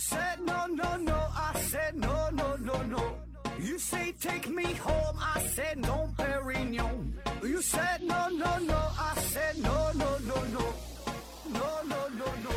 said no, no, no, I said no, no, no, no. You say take me home, I said no, Perignon. You said no, no, no, I said no, no, no, no. No, no, no, no.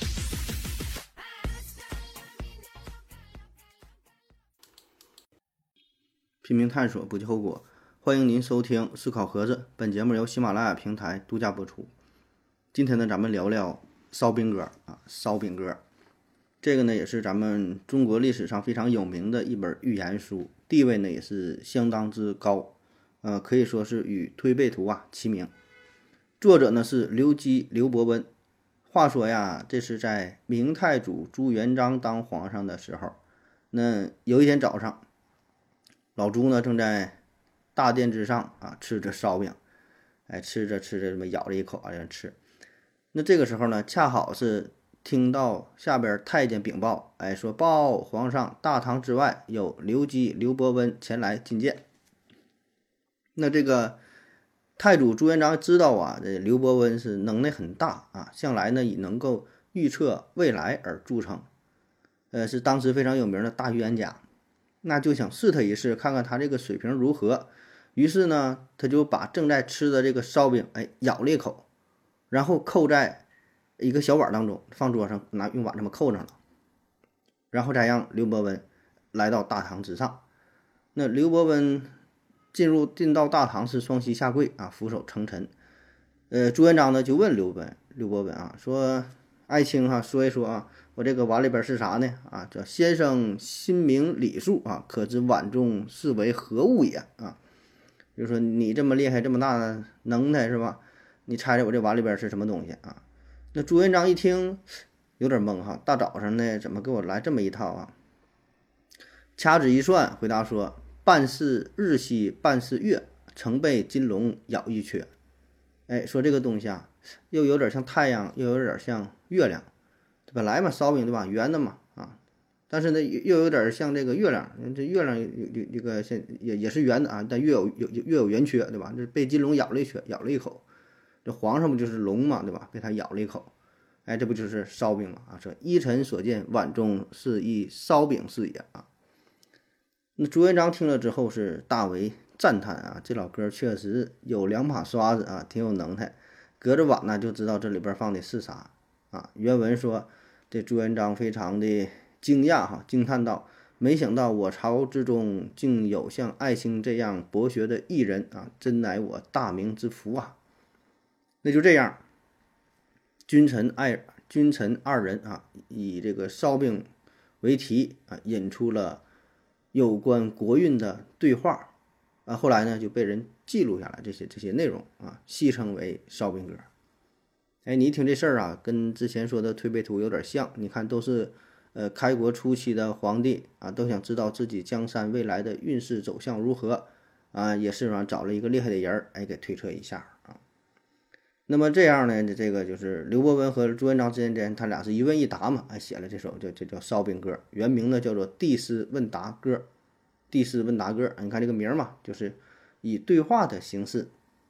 拼命探索，不计后果。欢迎您收听思考盒子，本节目由喜马拉雅平台独家播出。今天呢，咱们聊聊烧饼歌啊，烧饼歌。这个呢，也是咱们中国历史上非常有名的一本寓言书，地位呢也是相当之高，可以说是与推背图啊齐名。作者呢是刘基、刘伯温。话说呀，这是在明太祖朱元璋当皇上的时候，那有一天早上，老朱呢正在大殿之上啊吃着烧饼，吃着这么咬着一口啊在吃。那这个时候呢，恰好是听到下边太监禀报，说报皇上，大堂之外有刘基、刘伯温前来觐见。那这个太祖朱元璋知道啊，这刘伯温是能耐很大啊，向来呢以能够预测未来而著称，是当时非常有名的大预言家。那就想试他一试，看看他这个水平如何。于是呢，他就把正在吃的这个烧饼，咬了一口，然后扣在一个小碗当中，放桌上，用碗这么扣上了，然后再让刘伯温来到大堂之上。那刘伯温进到大堂是双膝下跪啊，俯首称臣。朱元璋呢就问刘伯温啊，说爱卿哈，说一说啊，我这个碗里边是啥呢？啊，这先生心明礼数啊，可知碗中是为何物也啊？就是说你这么厉害，这么大的能耐是吧？你猜猜我这碗里边是什么东西啊？那朱元璋一听有点懵哈，大早上呢怎么给我来这么一套啊？掐指一算，回答说：半是日兮半是月，曾被金龙咬一缺。说这个东西啊，又有点像太阳，又有点像月亮。本来嘛，烧饼对吧，圆的嘛啊，但是呢又有点像这个月亮。这月亮有这个也是圆的啊，但月有圆缺对吧？这被金龙咬了一口。这皇上不就是龙嘛，对吧？被他咬了一口，这不就是烧饼嘛？啊，说依臣所见，碗中是一烧饼是也啊。那朱元璋听了之后是大为赞叹啊，这老哥确实有两把刷子啊，挺有能耐。隔着碗呢就知道这里边放的是啥啊。原文说，这朱元璋非常的惊讶哈，惊叹道：没想到我朝之中竟有像爱卿这样博学的艺人啊，真乃我大明之福啊。那就这样，君臣二人啊，以这个烧饼为题啊，引出了有关国运的对话啊，后来呢就被人记录下来这些内容啊，戏称为烧饼歌。你一听这事儿啊，跟之前说的推背图有点像。你看，都是开国初期的皇帝啊，都想知道自己江山未来的运势走向如何啊，也是找了一个厉害的人儿，给推测一下啊。那么这样呢，这个就是刘伯温和朱元璋之间，他俩是一问一答嘛，写了这首就叫烧饼歌，原名呢叫做帝师问答歌。帝师问答歌，你看这个名嘛，就是以对话的形式，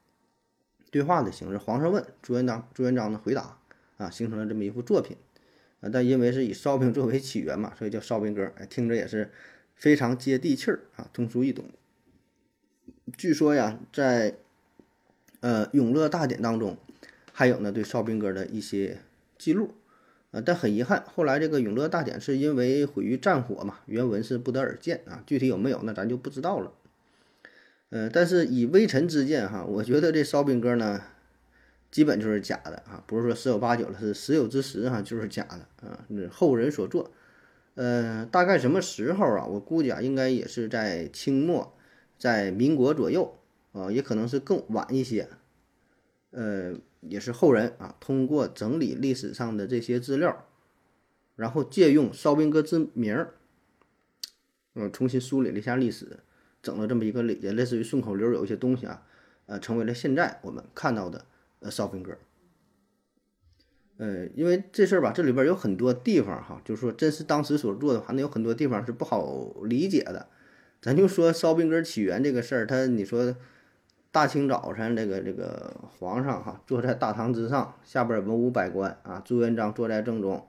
皇上问朱元璋呢回答啊，形成了这么一幅作品啊。但因为是以烧饼作为起源嘛，所以叫烧饼歌，听着也是非常接地气儿啊，通俗易懂。据说呀，在永乐大典当中，还有呢对烧饼歌的一些记录但很遗憾，后来这个永乐大典是因为毁于战火嘛，原文是不得而见啊，具体有没有那咱就不知道了。但是以微臣之见哈，我觉得这烧饼歌呢，基本就是假的啊，不是说十有八九了，是十有之十哈，就是假的啊，是后人所作。大概什么时候啊？我估计啊，应该也是在清末，在民国左右也可能是更晚一些。也是后人啊，通过整理历史上的这些资料，然后借用烧饼歌之名重新梳理了一下历史，整了这么一个也类似于顺口溜，有一些东西啊，成为了现在我们看到的烧饼歌。因为这事儿吧，这里边有很多地方哈，就是说真是当时所做的话，那有很多地方是不好理解的。咱就说烧饼歌起源这个事儿，你说大清早晨这个皇上哈坐在大堂之上，下边文武百官啊，朱元璋坐在正中，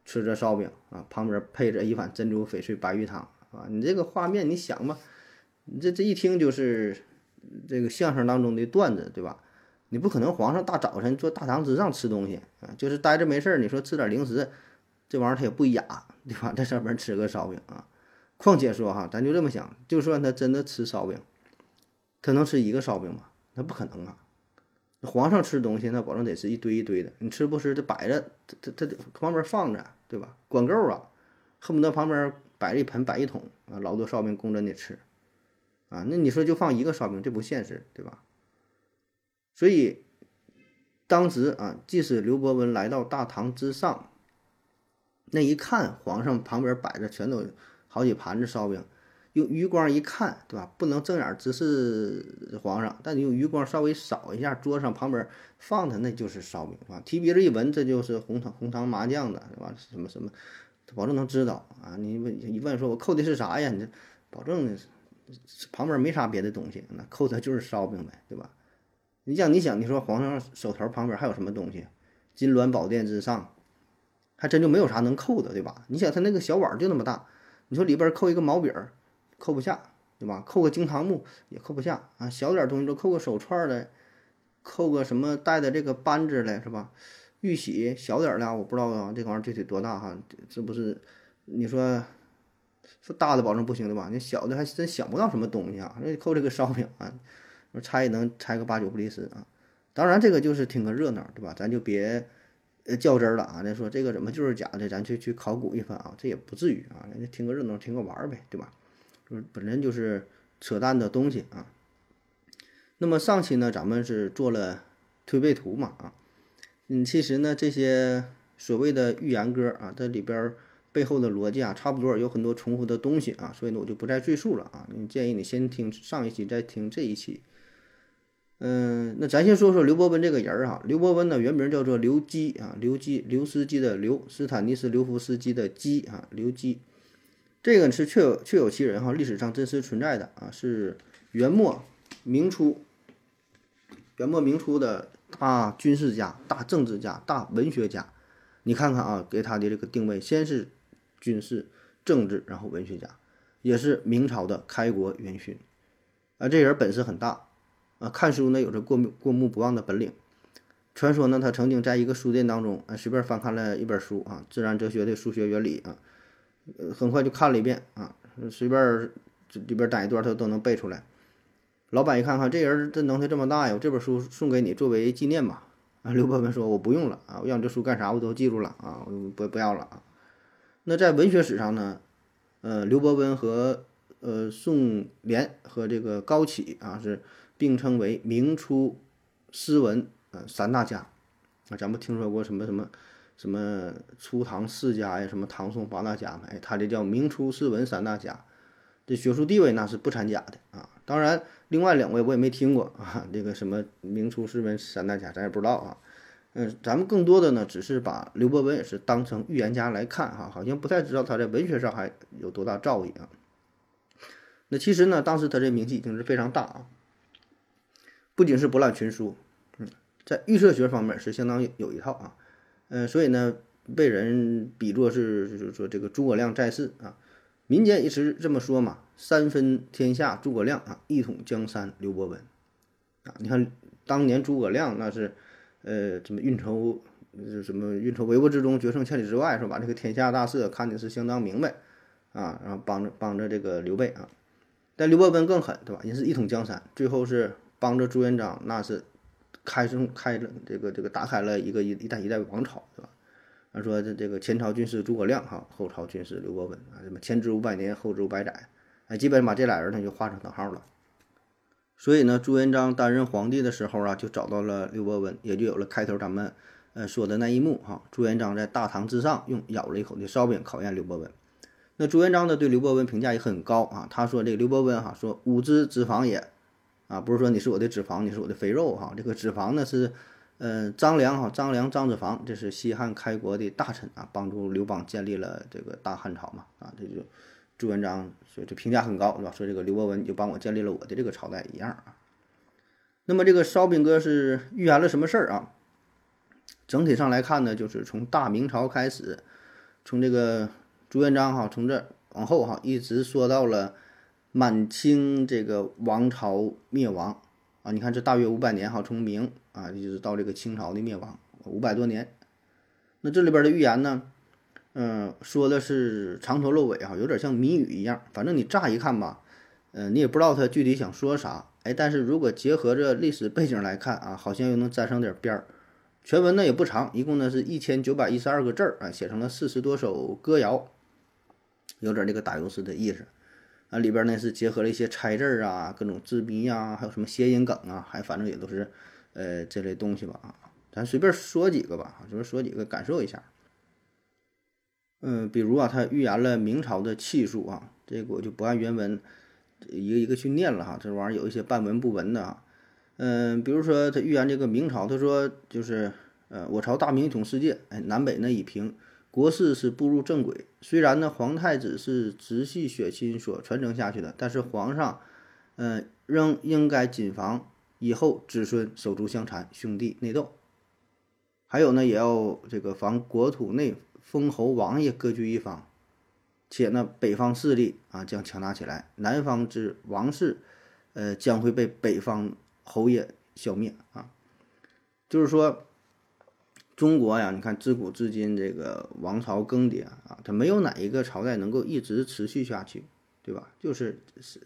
吃着烧饼啊，旁边配着一碗珍珠翡翠白玉汤啊，你这个画面你想吧，你这一听就是这个相声当中的段子，对吧？你不可能皇上大早晨坐大堂之上吃东西啊，就是待着没事儿，你说吃点零食，这玩意儿它也不雅，对吧？在上面吃个烧饼啊，况且说哈，咱就这么想，就算他真的吃烧饼，他能吃一个烧饼吗？那不可能啊！皇上吃东西那保证得是一堆一堆的，你吃不吃？这摆着，它旁边放着，对吧？管够啊，恨不得旁边摆着一盆摆一桶啊，老多烧饼供着你吃啊。那你说就放一个烧饼，这不现实，对吧？所以当时啊，即使刘伯温来到大堂之上，那一看皇上旁边摆着全都好几盘子烧饼，用余光一看，对吧？不能正眼直视皇上，但你用余光稍微扫一下桌上旁边放的那就是烧饼啊，提鼻子一闻，这就是红糖麻酱的，是吧？什么什么，保证能知道啊。你一问说我扣的是啥呀？你这保证旁边没啥别的东西，那扣的就是烧饼呗，对吧？你想，你说皇上手头旁边还有什么东西？金銮宝殿之上，还真就没有啥能扣的，对吧？你想他那个小碗就那么大，你说里边扣一个毛笔儿，扣不下，对吧？扣个惊堂木也扣不下啊，小点东西都扣个手串的，扣个什么带的这个扳指嘞，是吧？玉玺小点的，我不知道啊，这玩意儿具体多大哈？这不是你说大的保证不行对吧？你小的还真想不到什么东西啊，那扣这个烧饼啊。猜也能猜个八九不离十啊！当然这个就是听个热闹，对吧？咱就别较真儿了啊！咱说这个怎么就是假的，咱去考古一番啊，这也不至于啊！听个热闹，听个玩儿呗，对吧？就是本身就是扯淡的东西啊。那么上期呢，咱们是做了推背图嘛啊，其实呢这些所谓的寓言歌啊，这里边背后的逻辑啊，差不多有很多重复的东西啊，所以呢我就不再赘述了啊。建议你先听上一期，再听这一期。那咱先说说刘伯温这个人儿哈。刘伯温呢，原名叫做刘基啊，刘司机的刘，斯坦尼斯刘夫斯基的基啊，刘基。这个是确有其人哈，历史上真实存在的啊，是元末明初的大军事家、大政治家、大文学家。你看看啊，给他的这个定位，先是军事、政治，然后文学家，也是明朝的开国元勋啊。这人本事很大。看书呢有着过目不忘的本领。传说呢，他曾经在一个书店当中，随便翻看了一本书啊，自然哲学的数学原理啊，很快就看了一遍啊，随便这里边哪一段他都能背出来。老板一看看这人这能耐这么大呀，这本书送给你作为纪念吧。啊，刘伯温说我不用了啊，我要你这书干啥我都记住了啊，我不要了啊。那在文学史上呢，刘伯温和宋濂和这个高启啊是并称为明初诗文三大家啊。咱们听说过什么初唐四家呀，什么唐宋八大家嘛？哎，他这叫明初诗文三大家，这学术地位那是不掺假的啊。当然，另外两位我也没听过啊，这个什么明初诗文三大家咱也不知道啊。咱们更多的呢，只是把刘伯温也是当成预言家来看哈，好像不太知道他在文学上还有多大造诣啊。那其实呢，当时他这名气已经是非常大啊。不仅是博览群书，在预测学方面是相当有一套啊，所以呢，被人比作是说这个诸葛亮在世啊，民间一直这么说嘛，三分天下诸葛亮啊，一统江山刘伯温啊。你看当年诸葛亮那是什么运筹帷幄之中，决胜千里之外，是吧？这个天下大势看的是相当明白啊，然后帮着这个刘备啊。但刘伯温更狠，对吧？也是一统江山，最后是帮着朱元璋，那是开了这个打开了一代王朝，对吧？他说这个前朝军师诸葛亮哈，后朝军师刘伯温啊，什么前知500年，后知500载，基本把这俩人呢就画成等号了。所以呢，朱元璋担任皇帝的时候啊，就找到了刘伯温，也就有了开头咱们说的那一幕哈。朱元璋在大堂之上用咬了一口的烧饼考验刘伯温。那朱元璋呢对刘伯温评价也很高啊，他说这个刘伯温哈说吾之脂肪也啊，不是说你是我的脂肪，你是我的肥肉哈。这个脂肪呢是张良张子房，这是西汉开国的大臣啊，帮助刘邦建立了这个大汉朝嘛啊，这就朱元璋所以这评价很高，对吧？说这个刘伯温就帮我建立了我的这个朝代一样啊。那么这个烧饼哥是预言了什么事儿啊？整体上来看呢，就是从大明朝开始， 从这个朱元璋哈，从这往后哈，一直说到了满清这个王朝灭亡啊。你看这大约500年哈，从明啊一直到这个清朝的灭亡500多年。那这里边的预言呢，说的是长头露尾哈，有点像谜语一样。反正你乍一看吧，你也不知道他具体想说啥，哎，但是如果结合着历史背景来看啊，好像又能沾上点边儿。全文呢也不长，一共呢是1912个字儿啊，写成了40多首歌谣，有点这个打油诗的意思啊。里边呢是结合了一些拆字啊，各种字谜啊，还有什么谐音梗啊，还反正也都是这类东西吧啊。咱随便说几个吧，就是说几个感受一下。比如啊，他预言了明朝的气数啊，这个我就不按原文一个一个去念了哈，这玩意儿有一些半文不文的啊。比如说他预言这个明朝，他说就是我朝大明一统世界，哎，南北呢已平，国事是步入正轨。虽然呢皇太子是直系血亲所传承下去的，但是皇上仍应该谨防以后子孙手足相残，兄弟内斗。还有呢，也要这个防国土内封侯王爷各据一方，且呢北方势力啊将强大起来，南方之王室将会被北方侯爷消灭啊。就是说中国呀，你看自古至今这个王朝更迭啊，它没有哪一个朝代能够一直持续下去，对吧？就是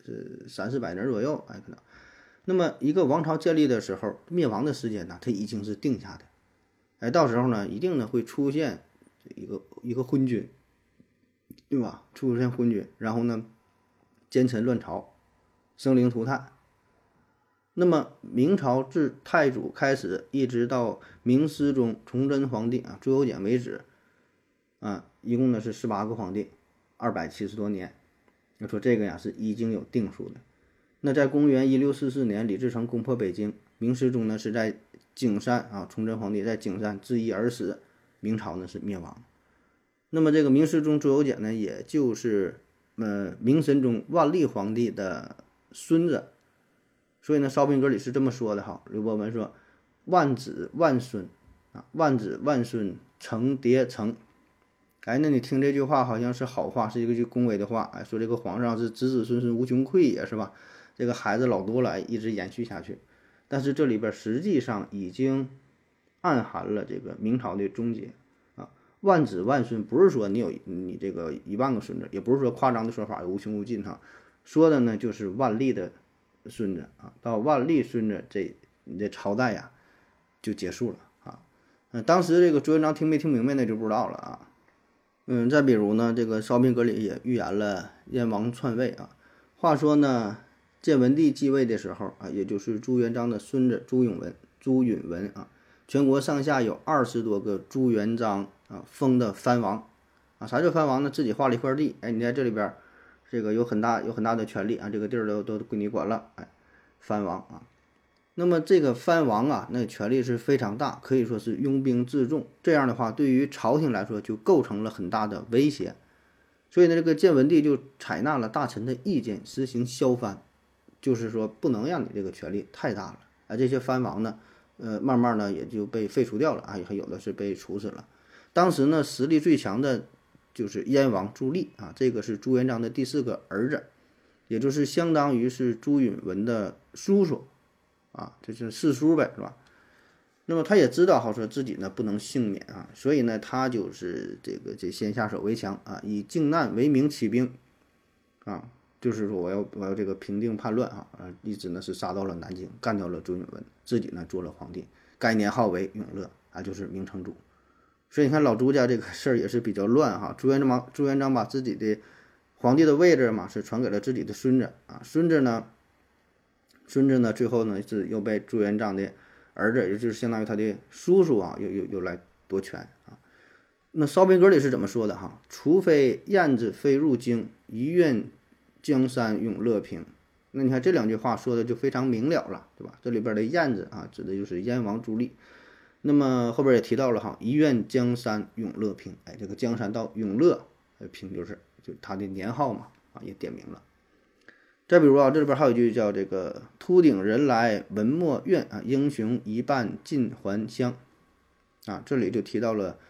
300-400年左右，哎，可能。那么一个王朝建立的时候，灭亡的时间呢，它已经是定下的。哎，到时候呢，一定呢会出现一个昏君，对吧？出现昏君，然后呢，奸臣乱朝，生灵涂炭。那么明朝自太祖开始，一直到明思宗崇祯皇帝啊朱由检为止，啊，一共呢是18个皇帝，270多年。要说这个呀是已经有定数的。那在公元1644年，李自成攻破北京，明思宗呢是在景山啊，崇祯皇帝在景山自缢而死，明朝呢是灭亡。那么这个明世宗朱由检呢，也就是明神宗万历皇帝的孙子。所以呢，烧饼歌里是这么说的哈，刘伯温说：“万子万孙啊，万子万孙成叠成。”哎，那你听这句话好像是好话，是一个句恭维的话。哎，说这个皇上是子子孙孙无穷匮也，是吧？这个孩子老多了，一直延续下去。但是这里边实际上已经暗含了这个明朝的终结啊。万子万孙不是说你这个10000个孙子，也不是说夸张的说法有无穷无尽哈，说的呢就是万历的孙子啊，到万历孙子你这朝代呀就结束了啊。当时这个朱元璋听没听明白那就不知道了啊。再比如呢，这个烧饼歌里也预言了燕王篡位啊。话说呢，建文帝继位的时候啊，也就是朱元璋的孙子朱允文啊，全国上下有20多个朱元璋啊封的藩王啊。啥叫藩王呢？自己划了一块地，哎，你在这里边这个有很大的权利啊，这个地儿都归你管了，哎，藩王啊。那么这个藩王啊，那权力是非常大，可以说是拥兵自重。这样的话，对于朝廷来说就构成了很大的威胁。所以呢，这个建文帝就采纳了大臣的意见，实行削藩，就是说不能让你这个权力太大了啊。这些藩王呢，慢慢呢也就被废除掉了啊，还有的是被处死了。当时呢，实力最强的就是燕王朱棣啊，这个是朱元璋的第4个儿子，也就是相当于是朱允文的叔叔啊，这是世叔呗，是吧？那么他也知道，好说自己呢不能幸免啊，所以呢他就是这先下手为强啊，以靖难为名起兵啊，就是说我要这个平定叛乱啊，一直呢是杀到了南京，干掉了朱允文，自己呢做了皇帝，改年号为永乐啊，就是明成祖。所以你看老朱家这个事儿也是比较乱哈，朱元璋把自己的皇帝的位置嘛是传给了自己的孙子啊，孙子呢最后呢是又被朱元璋的儿子，也就是相当于他的叔叔啊，又来夺权啊。那烧饼歌里是怎么说的哈？除非燕子飞入京，一愿江山永乐平。那你看这2句话说的就非常明了了，对吧？这里边的燕子啊，指的就是燕王朱棣。那么后边也提到了哈，一愿江山永乐平，哎，这个江山到永乐，平就他的年号嘛，啊，也点明了。再比如啊，这里边还有一句叫这个秃顶人来文墨怨啊，英雄一半尽还乡啊，这里就提到了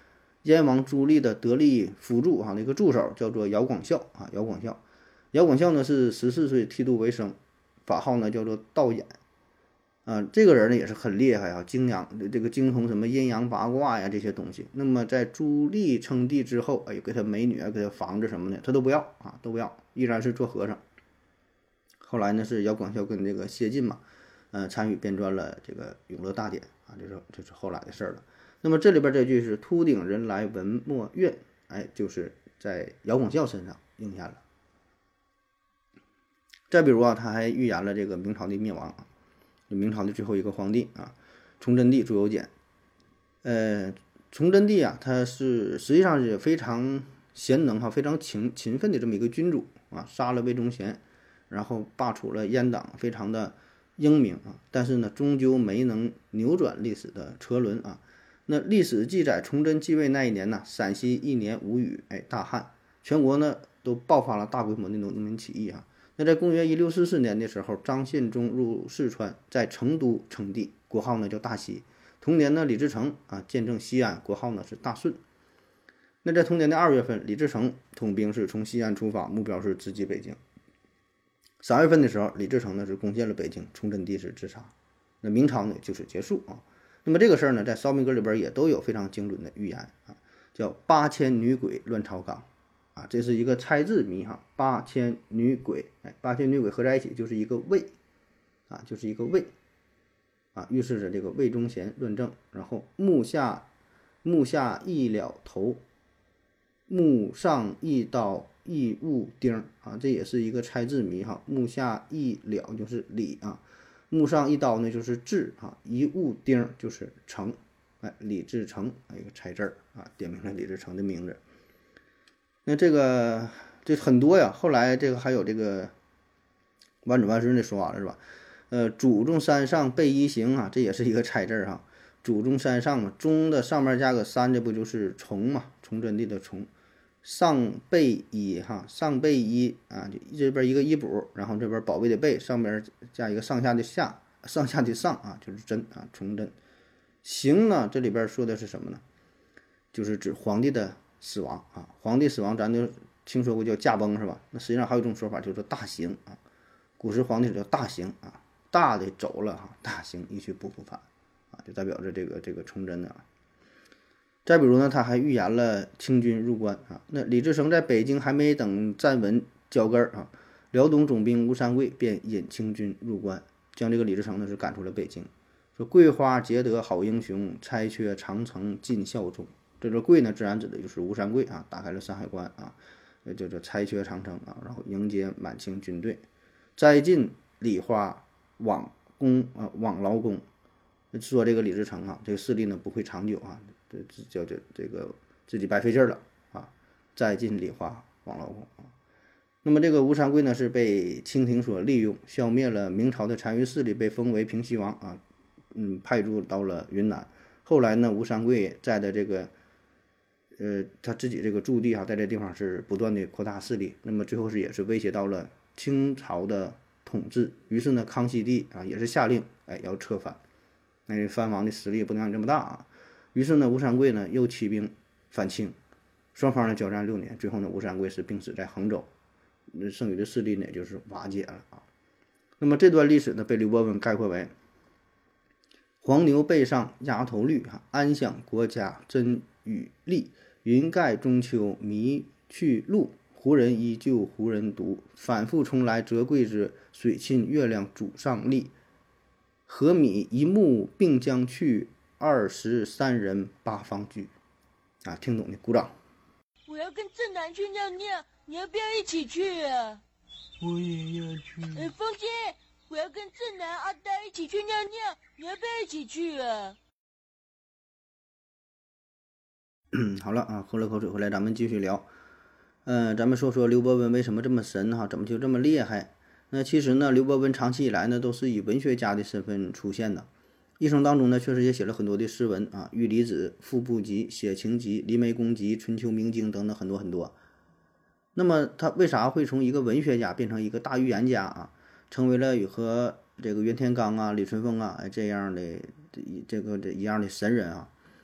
燕王朱棣的得力辅助那个助手叫做姚广孝啊，姚广孝。姚广孝呢是14岁剃度为僧，法号呢叫做道衍。这个人呢也是很厉害啊，精通什么阴阳八卦呀这些东西。那么在朱棣称帝之后，给他美女啊，给他房子什么的，他都不要啊，都不要，依然是做和尚。后来呢是姚广孝跟这个谢晋嘛，参与编撰了这个永乐大典啊，这是后来的事儿了。那么这里边这句是秃顶人来文墨怨，就是在姚广孝身上应验了。再比如他还预言了这个明朝的灭亡啊。明朝的最后一个皇帝啊，崇祯帝朱由检。崇祯帝啊，他是实际上是非常贤能非常勤奋的这么一个君主啊，杀了魏忠贤，然后罢黜了阉党，非常的英明啊。但是呢，终究没能扭转历史的车轮啊。那历史记载，崇祯继位那一年呢，陕西一年无雨，大旱，全国呢都爆发了大规模的农民起义啊。那在公元1644年的时候，张献忠入四川，在成都称帝，国号呢叫大西。同年呢，李自成见证西安，国号呢是大顺。那在同年的2月份，李自成统兵是从西安出发，目标是直击北京。3月份的时候，李自成呢是攻陷了北京，崇祯帝是自杀。那明朝呢就是结束啊。那么这个事儿呢，在烧饼歌里边也都有非常精准的预言啊，叫8000女鬼乱朝纲。这是一个猜字谜8000女鬼，8000女鬼合在一起就是一个魏就是一个魏预示着这个魏忠贤乱政，然后目下一了头，目上一刀一物钉这也是一个猜字谜目下一了就是李目上一刀呢就是智一物钉就是成，李自成一个猜字点明了李自成的名字。那这很多呀，后来这个还有这个万子万孙的说法了是吧？祖宗山上备一行这也是一个猜字祖宗山上嘛，宗的上面加个山，这不就是崇嘛？崇祯帝的崇。上备一上备一这边一个一补，然后这边宝贝的贝，上边加一个上下的下，上下的上就是真崇祯。行呢，这里边说的是什么呢？就是指皇帝的死亡皇帝死亡咱就听说过叫驾崩是吧？那实际上还有一种说法叫做大行古时皇帝叫大行大的走了大行一去不复返就代表着这个崇祯的再比如呢，他还预言了清军入关那李自成在北京还没等站稳脚跟辽东总兵吴三桂便引清军入关，将这个李自成呢是赶出了北京，说桂花结得好英雄，拆却长城尽效忠。这个桂呢，自然指的就是吴三桂打开了山海关叫做拆却长城然后迎接满清军队，摘尽礼花往劳宫，说这个李自成这个势力呢不会长久这个自己白费劲了摘尽礼花往劳宫那么这个吴三桂呢是被清廷所利用，消灭了明朝的残余势力，被封为平西王派驻到了云南。后来呢，吴三桂在的这个他自己这个驻地在这地方是不断的扩大势力，那么最后也是威胁到了清朝的统治。于是呢，康熙帝也是下令要撤藩，那藩王的实力不能让你这么大于是呢，吴三桂呢又起兵反清，双方呢交战6年，最后呢，吴三桂是病死在衡州，剩余的势力呢也就是瓦解了那么这段历史呢，被刘伯温概括为黄牛背上鸭头绿安享国家真与利，云盖中秋迷去路，胡人依旧胡人独，反复重来折桂枝，水沁月亮祖上立，禾米一木并将去，23人八方聚听懂的鼓掌。 我要跟正南去尿尿，你要不要一起去啊？ 我也要去。 风姐，我要跟正南阿呆一起去尿尿，你要不要一起去啊？ 好了喝了口水回来，咱们继续聊。咱们说说刘伯温为什么这么神怎么就这么厉害？那其实呢，刘伯温长期以来呢都是以文学家的身份出现的，一生当中呢确实也写了很多的诗文玉离子、腹部集、写情集、离梅公集、春秋明经等等很多很多。那么他为啥会从一个文学家变成一个大预言家成为了和这个袁天罡李淳风这样的这一样的神人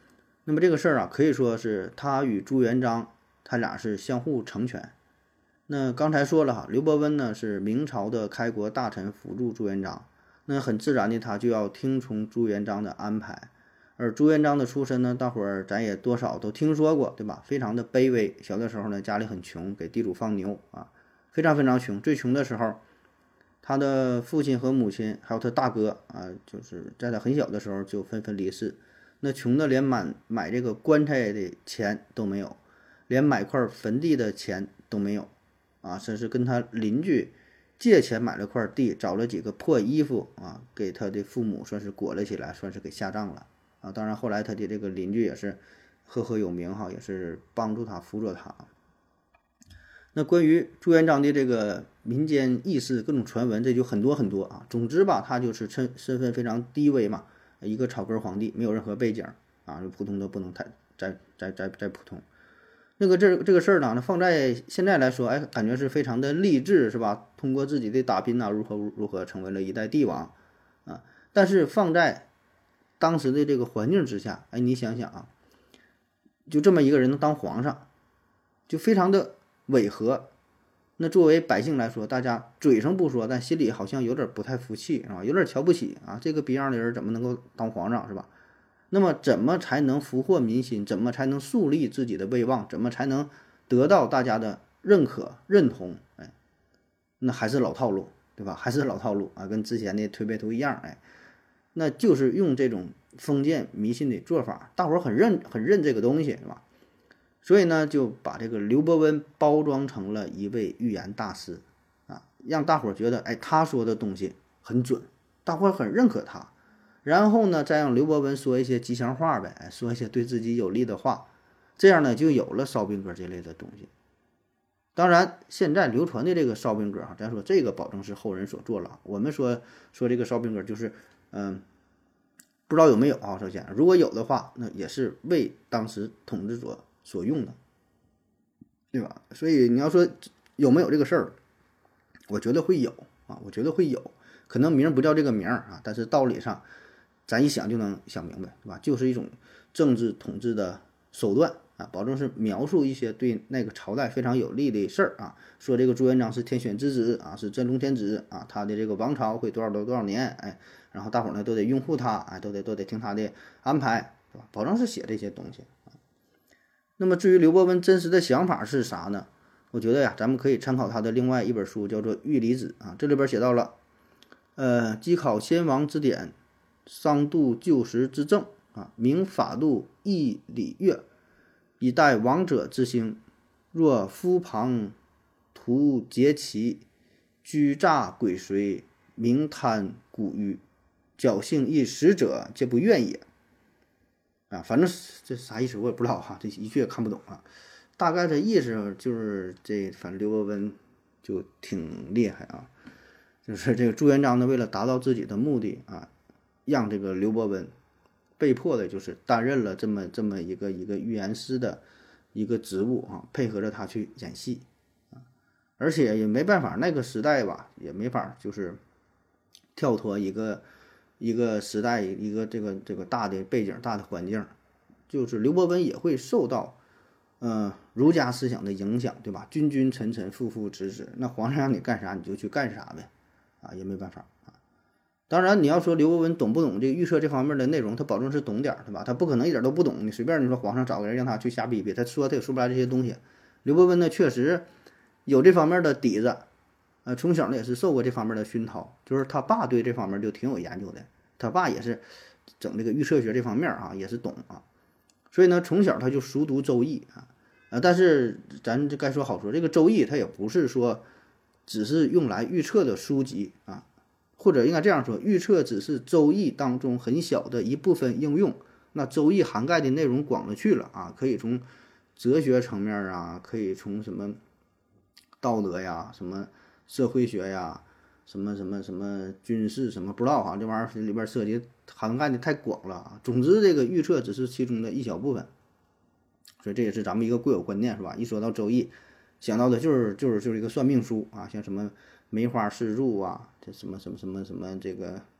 那么这个事儿啊，可以说是他与朱元璋他俩是相互成全。那刚才说了哈，刘伯温呢是明朝的开国大臣，辅助朱元璋，那很自然的他就要听从朱元璋的安排。而朱元璋的出身呢，大伙儿咱也多少都听说过，对吧？非常的卑微，小的时候呢家里很穷，给地主放牛啊，非常非常穷。最穷的时候，他的父亲和母亲还有他大哥啊，就是在他很小的时候就纷纷离世。那穷的连买这个棺材的钱都没有，连买块坟地的钱都没有啊，甚至跟他邻居借钱买了块地，找了几个破衣服啊，给他的父母算是裹了起来，算是给下葬了啊。当然后来他的这个邻居也是赫赫有名哈，也是帮助他辅佐他。那关于朱元璋的这个民间轶事各种传闻，这就很多很多啊。总之吧，他就是身份非常低微嘛，一个草根皇帝，没有任何背景啊，普通都不能再普通。那个这个事儿呢，那放在现在来说，哎，感觉是非常的励志，是吧？通过自己的打拼啊，如何成为了一代帝王啊。但是放在当时的这个环境之下，哎，你想想啊，就这么一个人能当皇上，就非常的违和。那作为百姓来说，大家嘴上不说，但心里好像有点不太服气啊，有点瞧不起啊，这个逼样的人怎么能够当皇上，是吧？那么怎么才能俘获民心？怎么才能树立自己的威望？怎么才能得到大家的认可认同？哎，那还是老套路，对吧？还是老套路啊，跟之前的推背图一样，哎，那就是用这种封建迷信的做法，大伙儿很认这个东西，是吧？所以呢，就把这个刘伯温包装成了一位预言大师啊，让大伙儿觉得，哎，他说的东西很准，大伙儿很认可他。然后呢，再让刘伯温说一些吉祥话呗，说一些对自己有利的话，这样呢，就有了烧饼歌这类的东西。当然，现在流传的这个烧饼歌咱说这个保证是后人所做了。我们说这个烧饼歌就是，不知道有没有啊？首先，如果有的话，那也是为当时统治者所用的，对吧？所以你要说有没有这个事儿，我觉得会有啊，我觉得会有，可能名不叫这个名啊，但是道理上。咱一想就能想明白，对吧？就是一种政治统治的手段啊，保证是描述一些对那个朝代非常有利的事儿啊。说这个朱元璋是天选之子啊，是真龙天子啊，他的这个王朝会多少年，哎，然后大伙儿呢都得拥护他，哎，都得听他的安排，对吧？保证是写这些东西啊。那么至于刘伯温真实的想法是啥呢？我觉得呀，咱们可以参考他的另外一本书，叫做《玉离子》啊，这里边写到了，稽考先王之典。商度旧时之政啊，明法度义礼乐，以待王者之兴。若夫旁图结其，居诈鬼随，明贪古欲，侥幸一时者，皆不愿也。啊，反正这啥意思我也不知道哈，这一句也看不懂啊。大概这意思就是反正刘伯温就挺厉害啊，就是这个朱元璋呢，为了达到自己的目的啊。让这个刘伯温被迫的就是担任了这么一个预言师的一个职务啊，配合着他去演戏啊，而且也没办法，那个时代吧也没法就是跳脱一个时代一个这个大的背景大的环境，就是刘伯温也会受到儒家思想的影响，对吧？君君臣臣父父子子，那皇上让你干啥你就去干啥呗啊，也没办法。当然，你要说刘伯温懂不懂这个预测这方面的内容，他保证是懂点儿，对吧？他不可能一点都不懂。你随便你说皇上找个人让他去瞎逼逼，他也说不来这些东西。刘伯温呢，确实有这方面的底子，从小呢也是受过这方面的熏陶，就是他爸对这方面就挺有研究的，他爸也是整这个预测学这方面啊，也是懂啊。所以呢，从小他就熟读《周易》啊，但是咱这该说好说，这个《周易》它也不是说只是用来预测的书籍啊。或者应该这样说，预测只是《周易》当中很小的一部分应用。那《周易》涵盖的内容广了去了啊，可以从哲学层面啊，可以从什么道德呀、什么社会学呀、什么军事什么不知道啊，这玩意儿里边涉及涵盖的太广了啊。总之，这个预测只是其中的一小部分，所以这也是咱们一个固有观念，是吧？一说到《周易》，想到的就是一个算命书啊，像什么梅花四柱啊，这什么这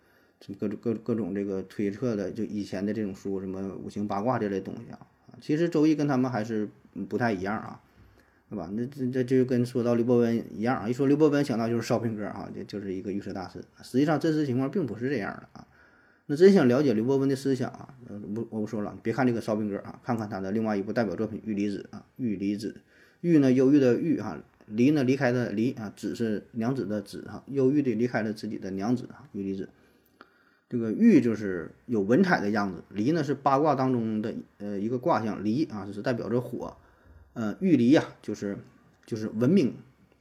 各种这个推测的，就以前的这种书，什么五行八卦这类东西啊，其实周易跟他们还是不太一样啊，对吧？这就跟说到刘伯温一样啊，一说刘伯温想到就是烧饼哥啊，就是一个预测大师。实际上真实情况并不是这样的啊。那真想了解刘伯温的思想啊，我不说了，别看这个烧饼哥啊，看看他的另外一部代表作品《玉离子》啊，《玉离子》，玉呢忧郁的郁啊，离呢离开的离啊，子是娘子的子哈，忧郁的离开了自己的娘子啊，玉离子。这个玉就是有文采的样子，离呢是八卦当中的一个卦象，离啊是代表着火，玉离呀就是文明，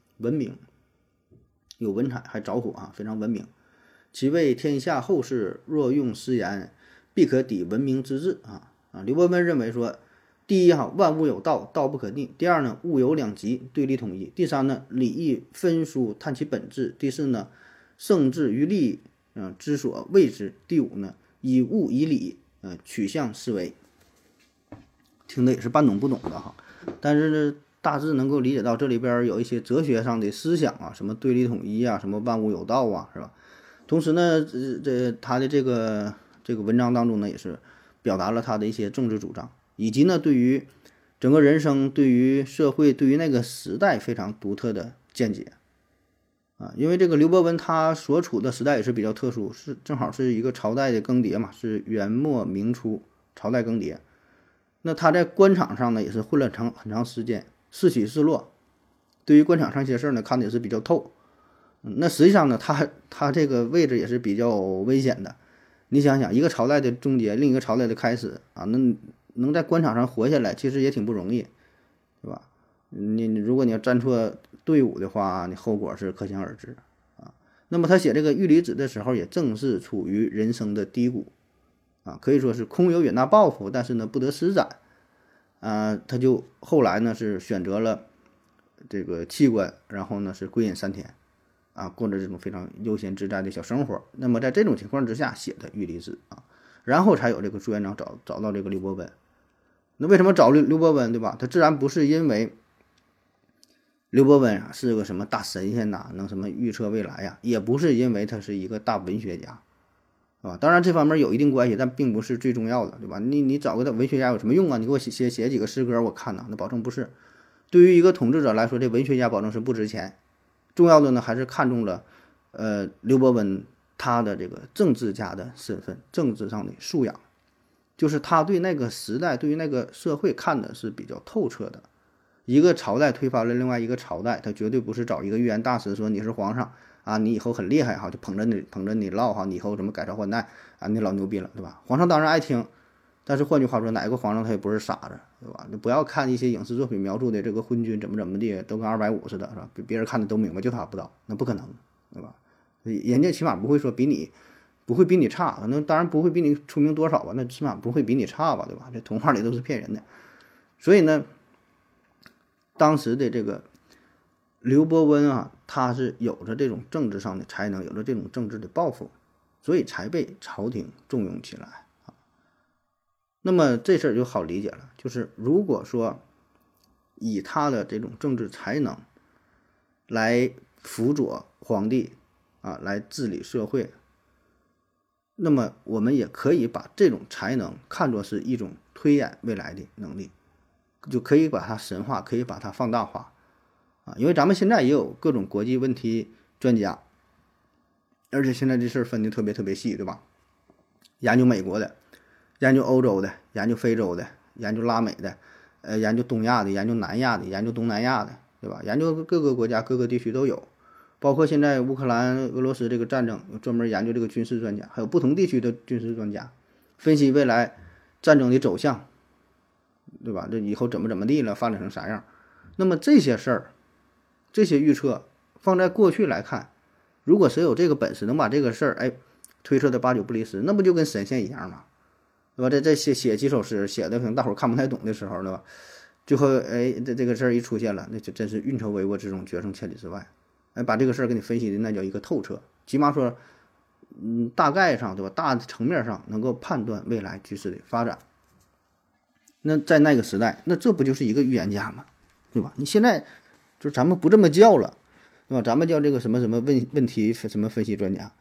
有文采还着火啊，非常文明。其谓天下后世若用诗言，必可抵文明之志啊。刘伯温认为说，第一万物有道，道不可逆；第二呢，物有两极，对立统一；第三呢，礼义分殊，探其本质；第四呢，圣智于利之所谓之；第五呢，以物以理取象思维。听的也是半懂不懂的哈，但是呢，大致能够理解到这里边有一些哲学上的思想啊，什么对立统一啊，什么万物有道啊，是吧？同时呢，他的这个文章当中呢，也是表达了他的一些政治主张，以及呢，对于整个人生、对于社会、对于那个时代非常独特的见解啊。因为这个刘伯温他所处的时代也是比较特殊，是正好是一个朝代的更迭嘛，是元末明初朝代更迭。那他在官场上呢，也是混了很长时间，是起是落，对于官场上一些事儿呢，看的也是比较透。那实际上呢，他这个位置也是比较危险的。你想想，一个朝代的终结，另一个朝代的开始啊，那能在官场上活下来，其实也挺不容易，对吧？如果你要站错队伍的话，你后果是可想而知啊。那么他写这个《玉离子》的时候，也正是处于人生的低谷啊，可以说是空有远大抱负，但是呢不得施展啊。他就后来呢是选择了这个弃官，然后呢是归隐山田。啊，过着这种非常悠闲自在的小生活。那么在这种情况之下写的《玉离子》啊，然后才有这个朱元璋找到这个刘伯温。那为什么找刘伯温，对吧？他自然不是因为刘伯温啊是个什么大神仙呐，能什么预测未来呀，也不是因为他是一个大文学家，啊，当然这方面有一定关系，但并不是最重要的，对吧？你找个文学家有什么用啊？你给我写几个诗歌我看呐，那保证不是。对于一个统治者来说，这文学家保证是不值钱。重要的呢，还是看中了，刘伯温他的这个政治家的身份，政治上的素养，就是他对那个时代，对于那个社会看的是比较透彻的。一个朝代推翻了另外一个朝代，他绝对不是找一个预言大师说你是皇上啊，你以后很厉害哈，就捧着你唠哈，你以后什么改朝换代啊，你老牛逼了，对吧？皇上当然爱听，但是换句话说，哪个皇上他也不是傻子，对吧？你不要看一些影视作品描述的这个昏君怎么的，都跟250似的，是吧？别人看的都明白，就他不知道，那不可能，对吧？人家起码不会说不会比你差，可能当然不会比你出名多少吧，那起码不会比你差吧，对吧？这童话里都是骗人的。所以呢，当时的这个刘伯温啊，他是有着这种政治上的才能，有着这种政治的抱负，所以才被朝廷重用起来。那么这事儿就好理解了，就是如果说以他的这种政治才能来辅佐皇帝啊，来治理社会，那么我们也可以把这种才能看作是一种推演未来的能力，就可以把它神化，可以把它放大化啊。因为咱们现在也有各种国际问题专家，而且现在这事儿分的特别细，对吧？研究美国的，研究欧洲的，研究非洲的，研究拉美的，研究东亚的，研究南亚的，研究东南亚的，对吧？研究各个国家各个地区都有，包括现在乌克兰俄罗斯这个战争，有专门研究这个军事专家，还有不同地区的军事专家分析未来战争的走向，对吧？这以后怎么地了，发展成啥样？那么这些事儿，这些预测放在过去来看，如果谁有这个本事，能把这个事儿推测的8、9不离10，那不就跟神仙一样吗？对吧？这写几首诗，写的可能大伙儿看不太懂的时候，对吧？最后这个事儿一出现了，那就真是运筹帷幄之中，决胜千里之外。把这个事儿给你分析的那叫一个透彻，起码说，大概上，对吧？大层面上能够判断未来局势的发展。那在那个时代，那这不就是一个预言家吗？对吧？你现在就是咱们不这么叫了，对吧？咱们叫这个什么问题什么分析专家。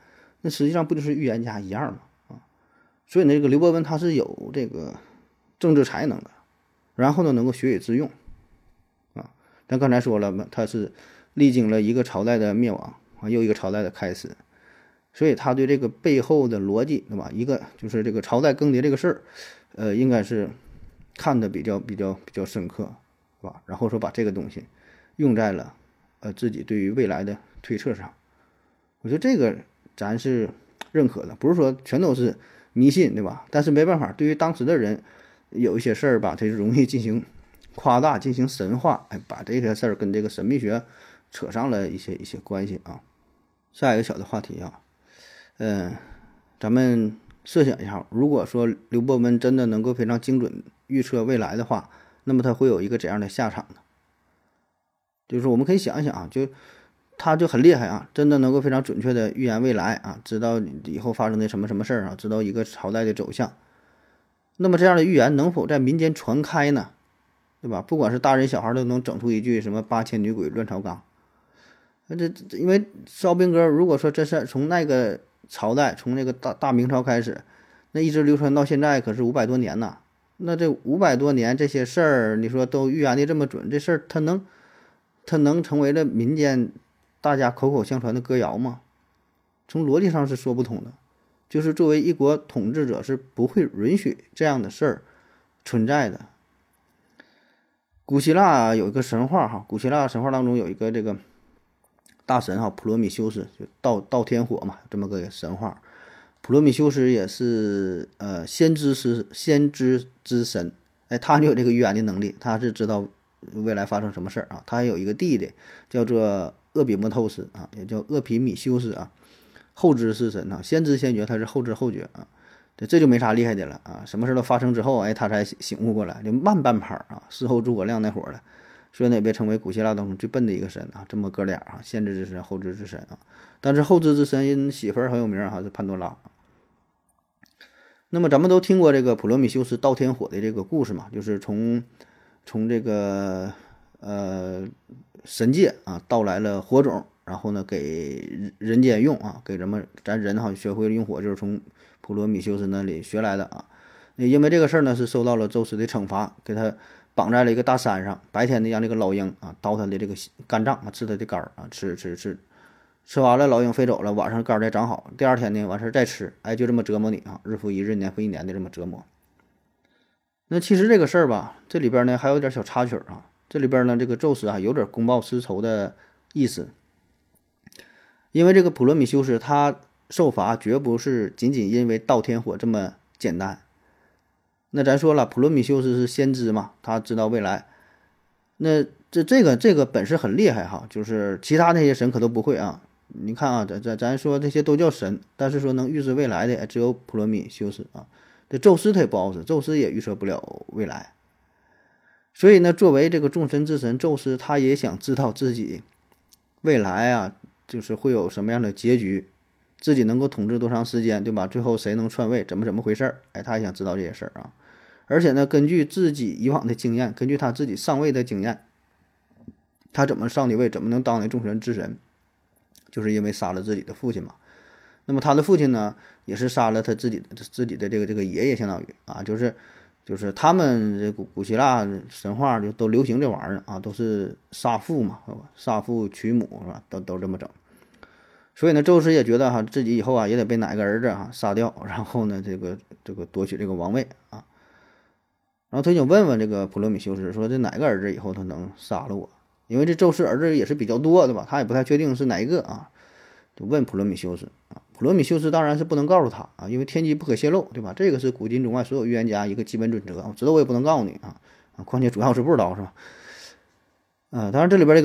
那实际上不就是预言家一样吗？啊，所以呢，这个刘伯温他是有这个政治才能的，然后呢能够学以致用啊。咱刚才说了嘛，他是历经了一个朝代的灭亡啊，又一个朝代的开始，所以他对这个背后的逻辑，对吧？一个就是这个朝代更迭这个事儿，应该是看得比较深刻，是吧？然后说把这个东西用在了自己对于未来的推测上，我觉得这个咱是认可的，不是说全都是迷信，对吧？但是没办法，对于当时的人，有一些事儿吧，他就容易进行夸大、进行神话，哎，把这些事儿跟这个神秘学扯上了一些关系啊。下一个小的话题啊，咱们设想一下，如果说刘伯温真的能够非常精准预测未来的话，那么他会有一个怎样的下场呢？就是我们可以想一想啊，他就很厉害啊，真的能够非常准确的预言未来啊，知道以后发生的什么事儿啊，知道一个朝代的走向。那么这样的预言能否在民间传开呢？对吧？不管是大人小孩都能整出一句什么八千女鬼乱朝纲。因为烧饼歌，如果说这是从那个朝代，从那个大明朝开始，那一直流传到现在，可是500多年呐。那这500多年这些事儿，你说都预言的这么准，这事儿它能成为了民间大家口口相传的歌谣吗？从逻辑上是说不通的。就是作为一国统治者是不会允许这样的事儿存在的。古希腊有一个神话哈，古希腊神话当中有一个这个大神哈，普罗米修斯，就盗天火嘛，这么个神话。普罗米修斯也是先知之神，哎，他就有这个预言的能力，他是知道未来发生什么事儿啊。他还有一个弟弟叫做厄比莫透斯啊，也叫厄皮米修斯啊，后知之神啊，先知先觉，他是后知后觉啊。这就没啥厉害的了啊，什么事都发生之后，哎，他才醒悟过来，就慢半拍啊，事后诸葛亮那会儿了。所以呢，也被称为古希腊当中最笨的一个神啊，这么哥俩啊，先知之神、后知之神啊。但是后知之神人媳妇儿很有名啊，是潘多拉。那么咱们都听过这个普罗米修斯盗天火的这个故事嘛，就是从这个神界啊盗来了火种，然后呢给人间用啊，给咱人哈学会了用火，就是从普罗米修斯那里学来的啊。因为这个事儿呢，是受到了宙斯的惩罚，给他绑在了一个大山上，白天呢让这个老鹰啊叨他的这个肝脏啊，吃他的肝儿啊，吃完了老鹰飞走了，晚上肝儿再长好，第二天呢完事儿再吃，哎，就这么折磨你啊，日复一日，年复一年的这么折磨。那其实这个事儿吧，这里边呢还有点小插曲啊，这里边呢这个宙斯啊有点公报私仇的意思，因为这个普罗米修斯他受罚绝不是仅仅因为盗天火这么简单。那咱说了，普罗米修斯是先知嘛，他知道未来。那这个本事很厉害哈，就是其他那些神可都不会啊。你看啊，咱说这些都叫神，但是说能预知未来的只有普罗米修斯啊。这宙斯他也不好使，宙斯也预测不了未来。所以呢，作为这个众神之神，宙斯他也想知道自己未来啊，就是会有什么样的结局，自己能够统治多长时间，对吧？最后谁能篡位，怎么回事儿？哎，他也想知道这些事儿啊。而且呢，根据自己以往的经验，根据他自己上位的经验，他怎么上的位，怎么能当的众神之神，就是因为杀了自己的父亲嘛。那么他的父亲呢，也是杀了他自己的这个爷爷，相当于啊，就是他们这古希腊神话就都流行这玩意儿啊，都是杀父嘛，杀父娶母是吧？都这么整。所以呢，宙斯也觉得哈，自己以后啊也得被哪个儿子啊杀掉，然后呢这个夺取这个王位啊。然后他就问问这个普罗米修斯说，这哪个儿子以后他能杀了我？因为这宙斯儿子也是比较多的吧，他也不太确定是哪一个啊，就问普罗米修斯啊。普罗米修斯当然是不能告诉他啊，因为天机不可泄露，对吧？这个是古今中外所有预言家一个基本准则，我知道我也不能告诉你啊，况且主要是不知道是吧？当然这里边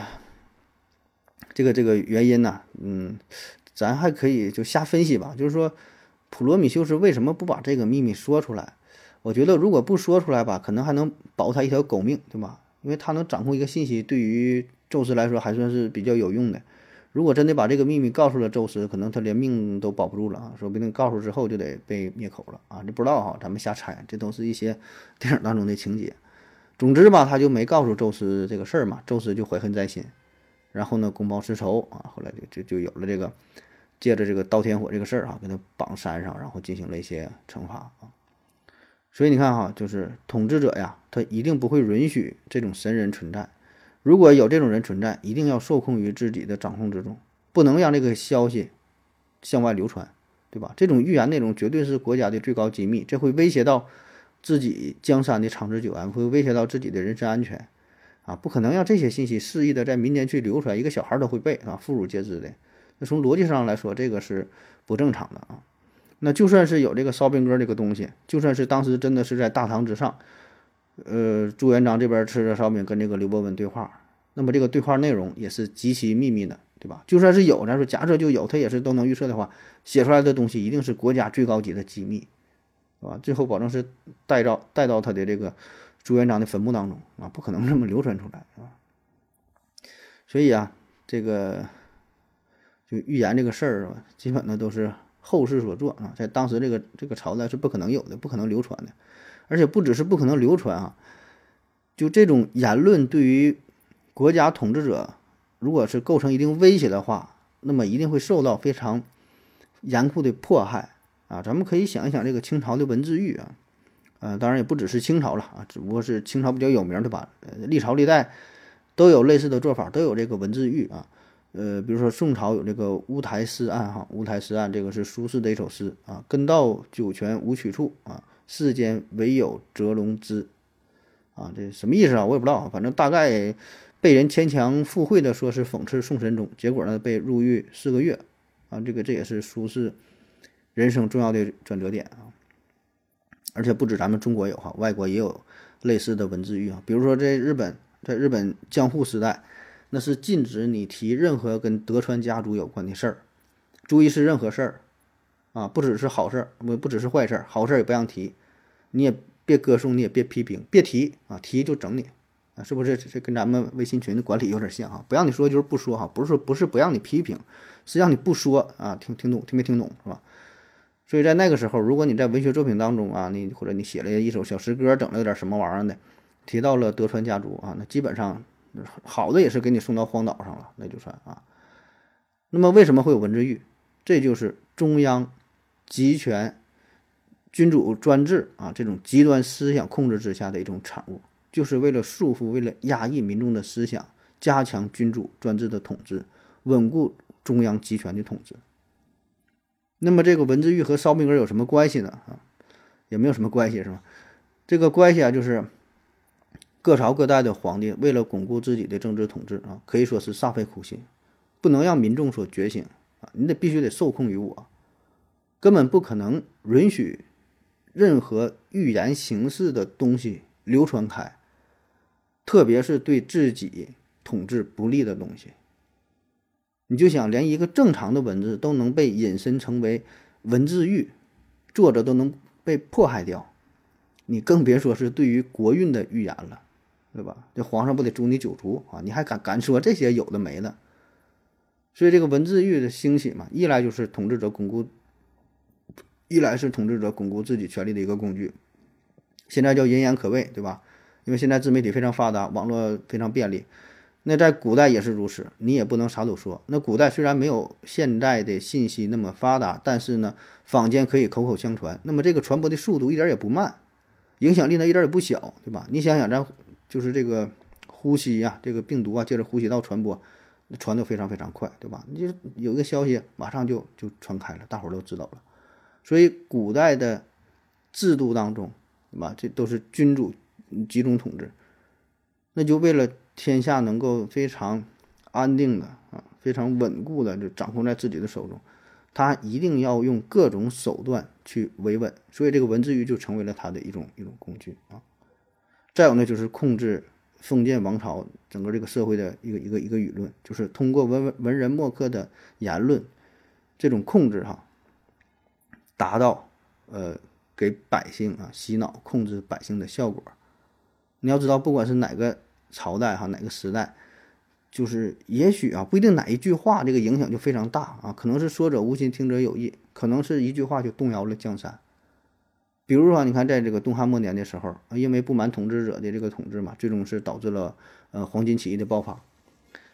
这个原因呢，咱还可以就瞎分析吧，就是说普罗米修斯为什么不把这个秘密说出来？我觉得如果不说出来吧，可能还能保他一条狗命，对吧？因为他能掌控一个信息，对于宙斯来说还算是比较有用的。如果真的把这个秘密告诉了宙斯，可能他连命都保不住了啊！说不定告诉之后就得被灭口了啊！这不知道哈，咱们瞎猜，这都是一些电影当中的情节。总之吧，他就没告诉宙斯这个事儿嘛，宙斯就怀恨在心，然后呢公报私仇啊，后来就有了借着这个刀天火这个事儿给他绑山上，然后进行了一些惩罚啊。所以你看就是统治者呀，他一定不会允许这种神人存在。如果有这种人存在，一定要受控于自己的掌控之中，不能让这个消息向外流传，对吧？这种预言内容绝对是国家的最高机密，这会威胁到自己江山的长治久安，会威胁到自己的人身安全啊！不可能让这些信息肆意的在民间去流传，一个小孩都会背啊，妇孺皆知的。那从逻辑上来说，这个是不正常的啊。那就算是有这个烧饼歌这个东西，就算是当时真的是在大堂之上，朱元璋这边吃着烧饼跟这个刘伯温对话，那么这个对话内容也是极其秘密的，对吧？就算是有，咱说假设就有，他也是都能预测的话，写出来的东西一定是国家最高级的机密，对吧？最后保证是带到他的这个朱元璋的坟墓当中啊，不可能这么流传出来啊。所以啊，这个就预言这个事儿啊，基本呢都是后世所做啊，在当时这个朝代是不可能有的，不可能流传的。而且不只是不可能流传啊，就这种言论对于国家统治者，如果是构成一定威胁的话，那么一定会受到非常严酷的迫害啊。咱们可以想一想这个清朝的文字狱啊，当然也不只是清朝了啊，只不过是清朝比较有名的吧。历朝历代都有类似的做法，都有这个文字狱啊。比如说宋朝有这个乌台诗案乌台诗案这个是苏轼的一首诗啊，根到九泉无去处啊。世间唯有蛰龙之啊，这什么意思啊？我也不知道，反正大概被人牵强附会的说是讽刺宋神宗，结果呢被入狱4个月啊，这也是苏轼人生重要的转折点啊。而且不止咱们中国有外国也有类似的文字狱啊，比如说在日本江户时代，那是禁止你提任何跟德川家族有关的事儿，注意是任何事儿。啊，不只是好事儿，不只是坏事儿，好事儿也不让提，你也别歌颂，你也别批评，别提啊，提就整你啊，是不是？这跟咱们微信群的管理有点像不让你说就是不说不是不让你批评，是让你不说啊，听没听懂是吧？所以在那个时候，如果你在文学作品当中啊，或者你写了一首小诗歌，整了点什么玩意儿的，提到了德川家族啊，那基本上好的也是给你送到荒岛上了，那就算啊。那么为什么会有文字狱？这就是中央集权、君主专制啊，这种极端思想控制之下的一种产物，就是为了束缚、为了压抑民众的思想，加强君主专制的统治，稳固中央集权的统治。那么这个文字狱和烧饼歌有什么关系呢？也没有什么关系，是吧？这个关系啊，就是各朝各代的皇帝为了巩固自己的政治统治啊，可以说是煞费苦心，不能让民众所觉醒啊，你必须得受控于我。根本不可能允许任何预言形式的东西流传开，特别是对自己统治不利的东西。你就想，连一个正常的文字都能被引申成为文字狱，作者都能被迫害掉，你更别说是对于国运的预言了，对吧？这皇上不得诛你九族啊？你还敢说这些有的没的？所以这个文字狱的兴起嘛，一来就是统治者巩固自己权力的一个工具，现在叫人言可畏，对吧？因为现在自媒体非常发达，网络非常便利。那在古代也是如此，你也不能啥都说。那古代虽然没有现在的信息那么发达，但是呢，坊间可以口口相传，那么这个传播的速度一点也不慢，影响力呢一点也不小，对吧？你想想，咱就是这个呼吸啊，这个病毒啊，借着呼吸道传播，传得非常非常快，对吧？你就有一个消息，马上就传开了，大伙儿都知道了。所以古代的制度当中，对吧？这都是君主集中统治，那就为了天下能够非常安定的啊，非常稳固的就掌控在自己的手中，他一定要用各种手段去维稳，所以这个文字狱就成为了他的一种工具啊。再有呢，就是控制封建王朝整个这个社会的一个舆论，就是通过文人墨客的言论这种控制达到给百姓洗脑控制百姓的效果。你要知道，不管是哪个朝代哪个时代，就是也许不一定哪一句话这个影响就非常大可能是说者无心听者有意，可能是一句话就动摇了江山。比如说你看在这个东汉末年的时候因为不满统治者的这个统治嘛，最终是导致了黄巾起义的爆发。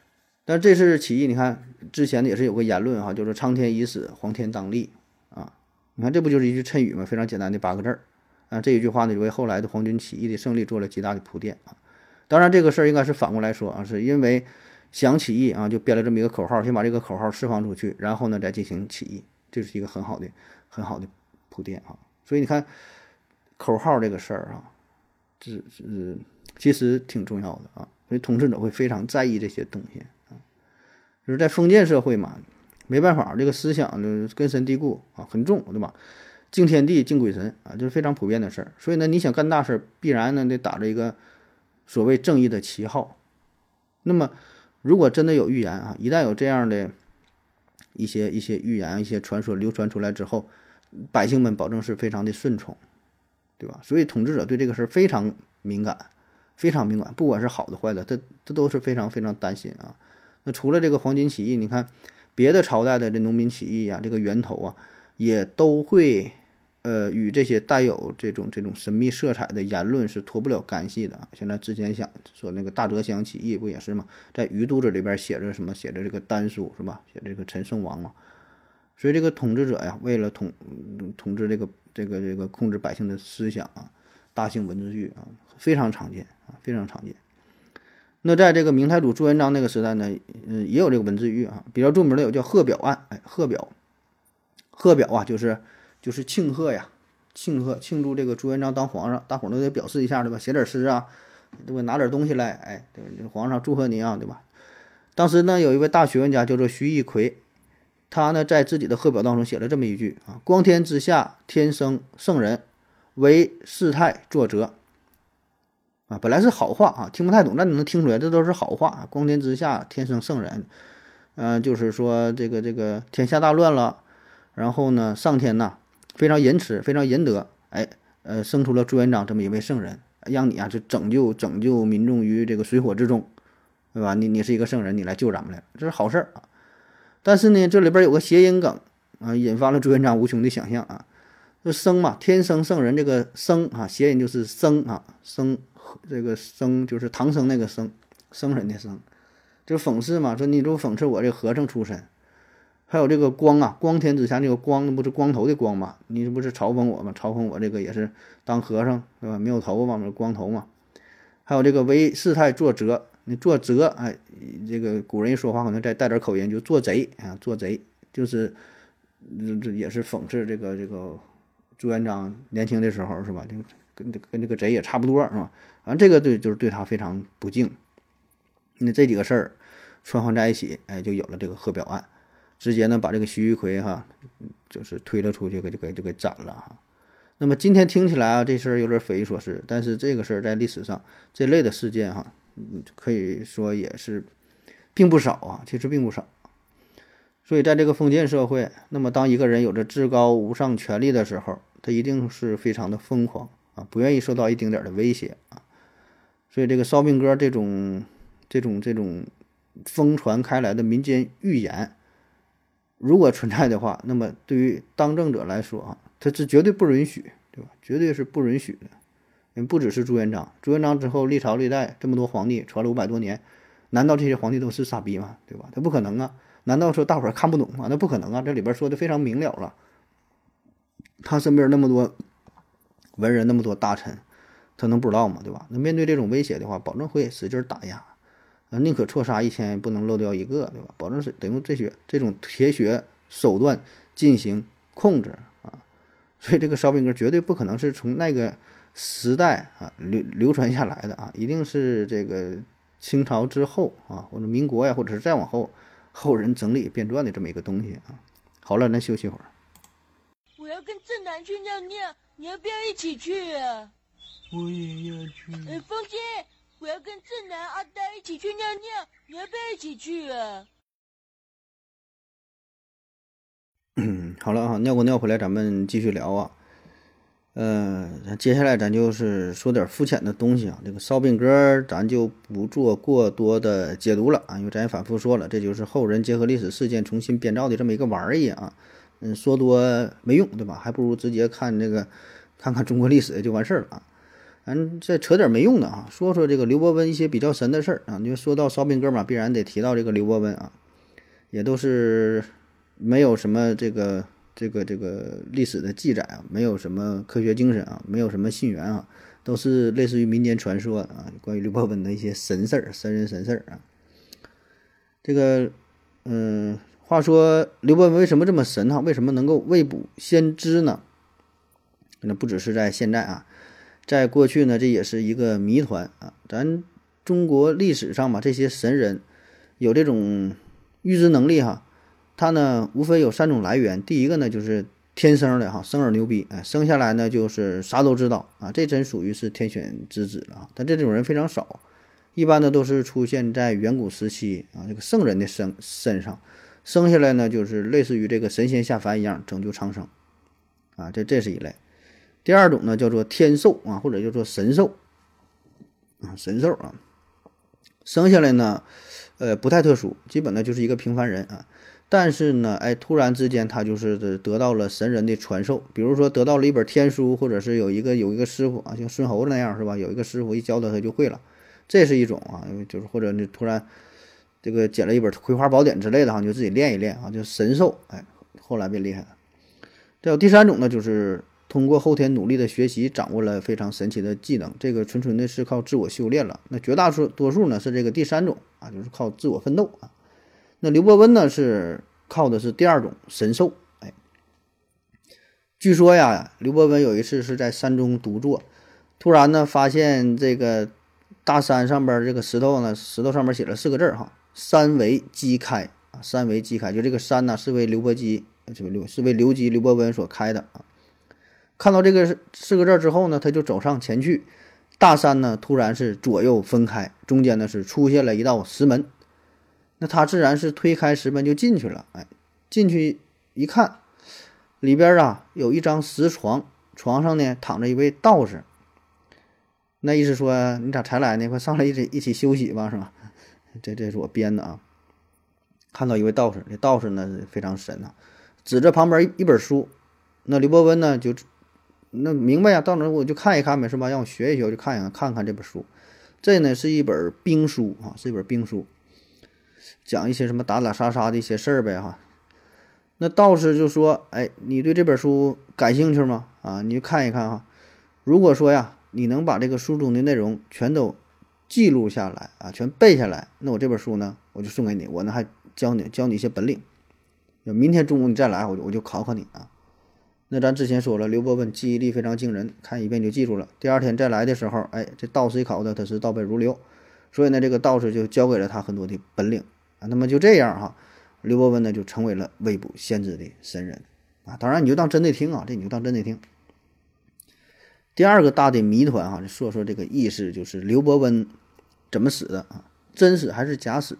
但这次起义，你看之前也是有个言论哈，就是苍天已死，黄天当立啊。你看这不就是一句谶语吗？非常简单的8个字儿啊。这一句话呢，就为后来的皇军起义的胜利做了极大的铺垫啊。当然，这个事儿应该是反过来说啊，是因为想起义啊，就编了这么一个口号，先把这个口号释放出去，然后呢再进行起义，这是一个很好的铺垫啊。所以你看口号这个事儿啊，其实挺重要的啊。所以统治者会非常在意这些东西啊。就是在封建社会嘛，没办法，这个思想就根深蒂固啊，很重，对吧？敬天地，敬鬼神啊，就是非常普遍的事儿。所以呢，你想干大事，必然呢得打着一个所谓正义的旗号。那么，如果真的有预言啊，一旦有这样的一些预言、一些传说流传出来之后，百姓们保证是非常的顺从，对吧？所以统治者对这个事儿非常敏感，非常敏感，不管是好的坏的，他都是非常非常担心啊。那除了这个黄巾起义，你看别的朝代的这农民起义啊，这个源头啊，也都会与这些带有这种神秘色彩的言论是脱不了干系的啊。现在之前想说那个大泽乡起义不也是吗？在鱼肚子里边写着什么？写着这个丹书是吧？写这个陈胜王嘛。所以这个统治者呀，为了统治这个控制百姓的思想啊，大兴文字狱啊，非常常见啊，非常常见。那在这个明太祖朱元璋那个时代呢，也有这个文字狱啊，比较著名的有叫贺表案。贺表啊，就是庆贺呀，庆祝这个朱元璋当皇上，大伙儿都得表示一下，对吧？写点诗啊，对吧？拿点东西来，哎，对，皇上祝贺你啊，对吧？当时呢，有一位大学问家叫做徐一奎，他呢在自己的贺表当中写了这么一句啊：光天之下，天生圣人，为世态作则。啊，本来是好话啊，听不太懂，但你能听出来，这都是好话。光天之下，天生圣人，就是说这个天下大乱了，然后呢，上天呐非常仁慈，非常仁德，哎，生出了朱元璋这么一位圣人，让你啊就拯救民众于这个水火之中，对吧？你是一个圣人，你来救咱们来了，这是好事儿啊。但是呢，这里边有个谐音梗啊，引发了朱元璋无穷的想象啊。这生嘛，天生圣人，这个生啊，谐音就是生啊，生。这个僧就是唐僧那个僧，僧人的僧，就讽刺嘛，说你就讽刺我这个和尚出身。还有这个光啊，光天之下，这个光那不是光头的光嘛？你这不是嘲讽我吗？嘲讽我这个也是当和尚对吧？没有头发嘛，光头嘛。还有这个为世态作则，你做贼，哎，这个古人一说话可能再带点口音，就做贼啊，做贼就是这也是讽刺这个朱元璋年轻的时候是吧？这个跟这个贼也差不多是吧？反正这个就是对他非常不敬。那这几个事儿串换在一起，哎，就有了这个贺表案，直接呢把这个徐玉奎哈就是推了出去，给斩了哈。那么今天听起来啊，这事儿有点匪夷所思，但是这个事儿在历史上这类的事件哈，可以说也是并不少啊，其实并不少。所以在这个封建社会，那么当一个人有着至高无上权力的时候，他一定是非常的疯狂啊，不愿意受到一丁点的威胁啊。所以这个烧饼歌这种疯传开来的民间寓言，如果存在的话，那么对于当政者来说啊，他是绝对不允许，对吧？绝对是不允许的。因为不只是朱元璋，朱元璋之后历朝历代这么多皇帝传了500多年，难道这些皇帝都是傻逼吗？对吧？他不可能啊！难道说大伙儿看不懂吗？那不可能啊！这里边说的非常明了了。他身边那么多文人，那么多大臣，他能不知道吗？对吧？那面对这种威胁的话，保证会使劲打压，宁可错杀1000，也不能漏掉一个，对吧？保证是得用这种铁血手段进行控制啊。所以这个烧饼歌绝对不可能是从那个时代啊流传下来的啊，一定是这个清朝之后啊，或者民国呀，或者是再往后后人整理编撰的这么一个东西啊。好了，咱休息会儿。 我要跟正南去尿尿，你要不要一起去啊？ 我也要去。 风姐，我要跟正南、阿呆一起去尿尿，你要不要一起去啊？ 好了啊，尿过尿回来，咱们继续聊啊。接下来咱就是说点肤浅的东西啊。这个烧饼歌咱就不做过多的解读了啊，因为咱也反复说了，这就是后人结合历史事件重新编造的这么一个玩意啊。说多没用，对吧？还不如直接看看中国历史就完事儿了啊。 咱再扯点没用的啊，说说这个刘伯温一些比较神的事儿啊。你就说到烧饼哥嘛，必然得提到这个刘伯温啊，也都是没有什么这个历史的记载啊，没有什么科学精神啊，没有什么信源啊，都是类似于民间传说啊，关于刘伯温的一些神事儿、神人神事儿啊。这个，话说刘伯温为什么这么神哈？为什么能够未卜先知呢？那不只是在现在啊，在过去呢，这也是一个谜团啊。咱中国历史上嘛，这些神人有这种预知能力哈，他呢无非有3种来源。第一个呢就是天生的哈，生而牛逼，生下来呢就是啥都知道啊，这真属于是天选之子了啊。但这种人非常少。一般的都是出现在远古时期啊，这个圣人的身上，生下来呢就是类似于这个神仙下凡一样拯救长生啊，这是一类。第二种呢叫做天授啊，或者叫做神授啊，神授啊，生下来呢不太特殊，基本呢就是一个平凡人啊，但是呢突然之间他就是得到了神人的传授，比如说得到了一本天书，或者是有一个师傅啊，像孙猴子那样是吧，有一个师傅一教他就会了。这是一种啊，就是或者你突然这个捡了一本葵花宝典之类的哈，你就自己练一练啊，就神授，后来变厉害了。再有第3种呢，就是通过后天努力的学习，掌握了非常神奇的技能，这个纯纯的是靠自我修炼了。那绝大多数呢是这个第3种啊，就是靠自我奋斗啊。那刘伯温呢是靠的是第2种神授。据说呀，刘伯温有一次是在山中独坐，突然呢发现这个大山上边这个石头上面写了4个字哈，山为基开啊，山为基开，就这个山呢是为刘基刘伯温所开的啊。看到这个4个字之后呢，他就走上前去，大山呢突然是左右分开，中间呢是出现了一道石门，那他自然是推开石门就进去了。进去一看，里边啊有一张石床，床上呢躺着一位道士。那意思说你咋才来呢？快上来一起休息吧，是吧？这是我编的啊。看到一位道士，这道士呢非常神啊，指着旁边一本书。那刘伯温呢就那明白呀，到那我就看一看呗，是吧？让我学一学，我就看看这本书。这呢是一本兵书啊，是一本兵书，讲一些什么打打杀杀的一些事儿呗哈。那道士就说：“你对这本书感兴趣吗？啊，你就看一看哈。如果说呀，你能把这个书中的内容全都记录下来啊，全背下来，那我这本书呢，我就送给你。我呢还教你一些本领。明天中午你再来，我就考考你啊。那咱之前说了，刘伯温记忆力非常惊人，看一遍就记住了。第2天再来的时候，这道士一考的他是倒背如流，所以呢，这个道士就教给了他很多的本领啊。那么就这样哈，刘伯温呢就成为了未卜先知的神人啊。当然你就当真的听啊，这你就当真的听。第2个大的谜团哈，说说这个意思，就是刘伯温怎么死的啊？真死还是假死？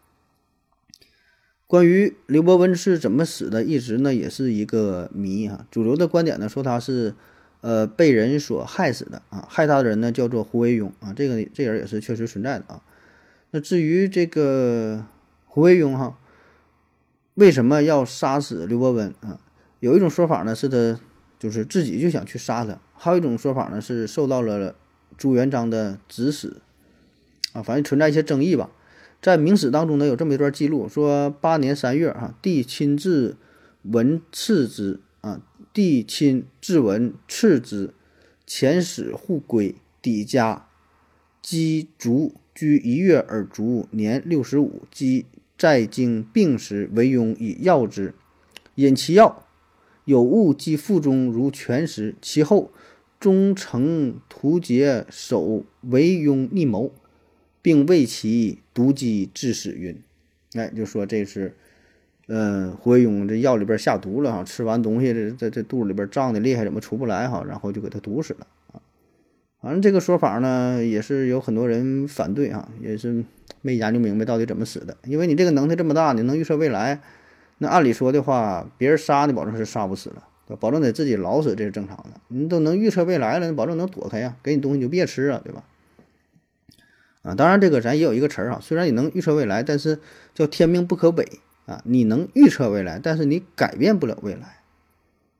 关于刘伯温是怎么死的，一直呢也是一个谜哈。主流的观点呢说他是被人所害死的啊，害他的人呢叫做胡惟庸啊，这人也是确实存在的啊。那至于这个胡惟庸哈，为什么要杀死刘伯温啊？有一种说法呢是他就是自己就想去杀他，还有一种说法呢是受到了朱元璋的指使啊，反正存在一些争议吧。在明史当中呢有这么一段记录，说8年3月啊，帝亲自文赐之啊，帝亲自文赐之，遣使护归，抵家，积卒居1月而卒，年65，即在京病时，惟庸以药之，饮其药，有物即腹中如泉石，其后终成图节手惟庸逆谋，并为其毒鸡致死云。就说这是胡惟庸这药里边下毒了哈，吃完东西这肚子里边胀的厉害，怎么出不来哈，然后就给他毒死了啊。反正这个说法呢也是有很多人反对啊，也是没研究明白到底怎么死的。因为你这个能耐这么大，你能预测未来，那按理说的话，别人杀你保证是杀不死了，保证得自己老死，这是正常的。你都能预测未来了，你保证能躲开呀，给你东西就别吃啊，对吧？啊，当然这个咱也有一个词儿啊，虽然你能预测未来，但是叫天命不可违啊。你能预测未来，但是你改变不了未来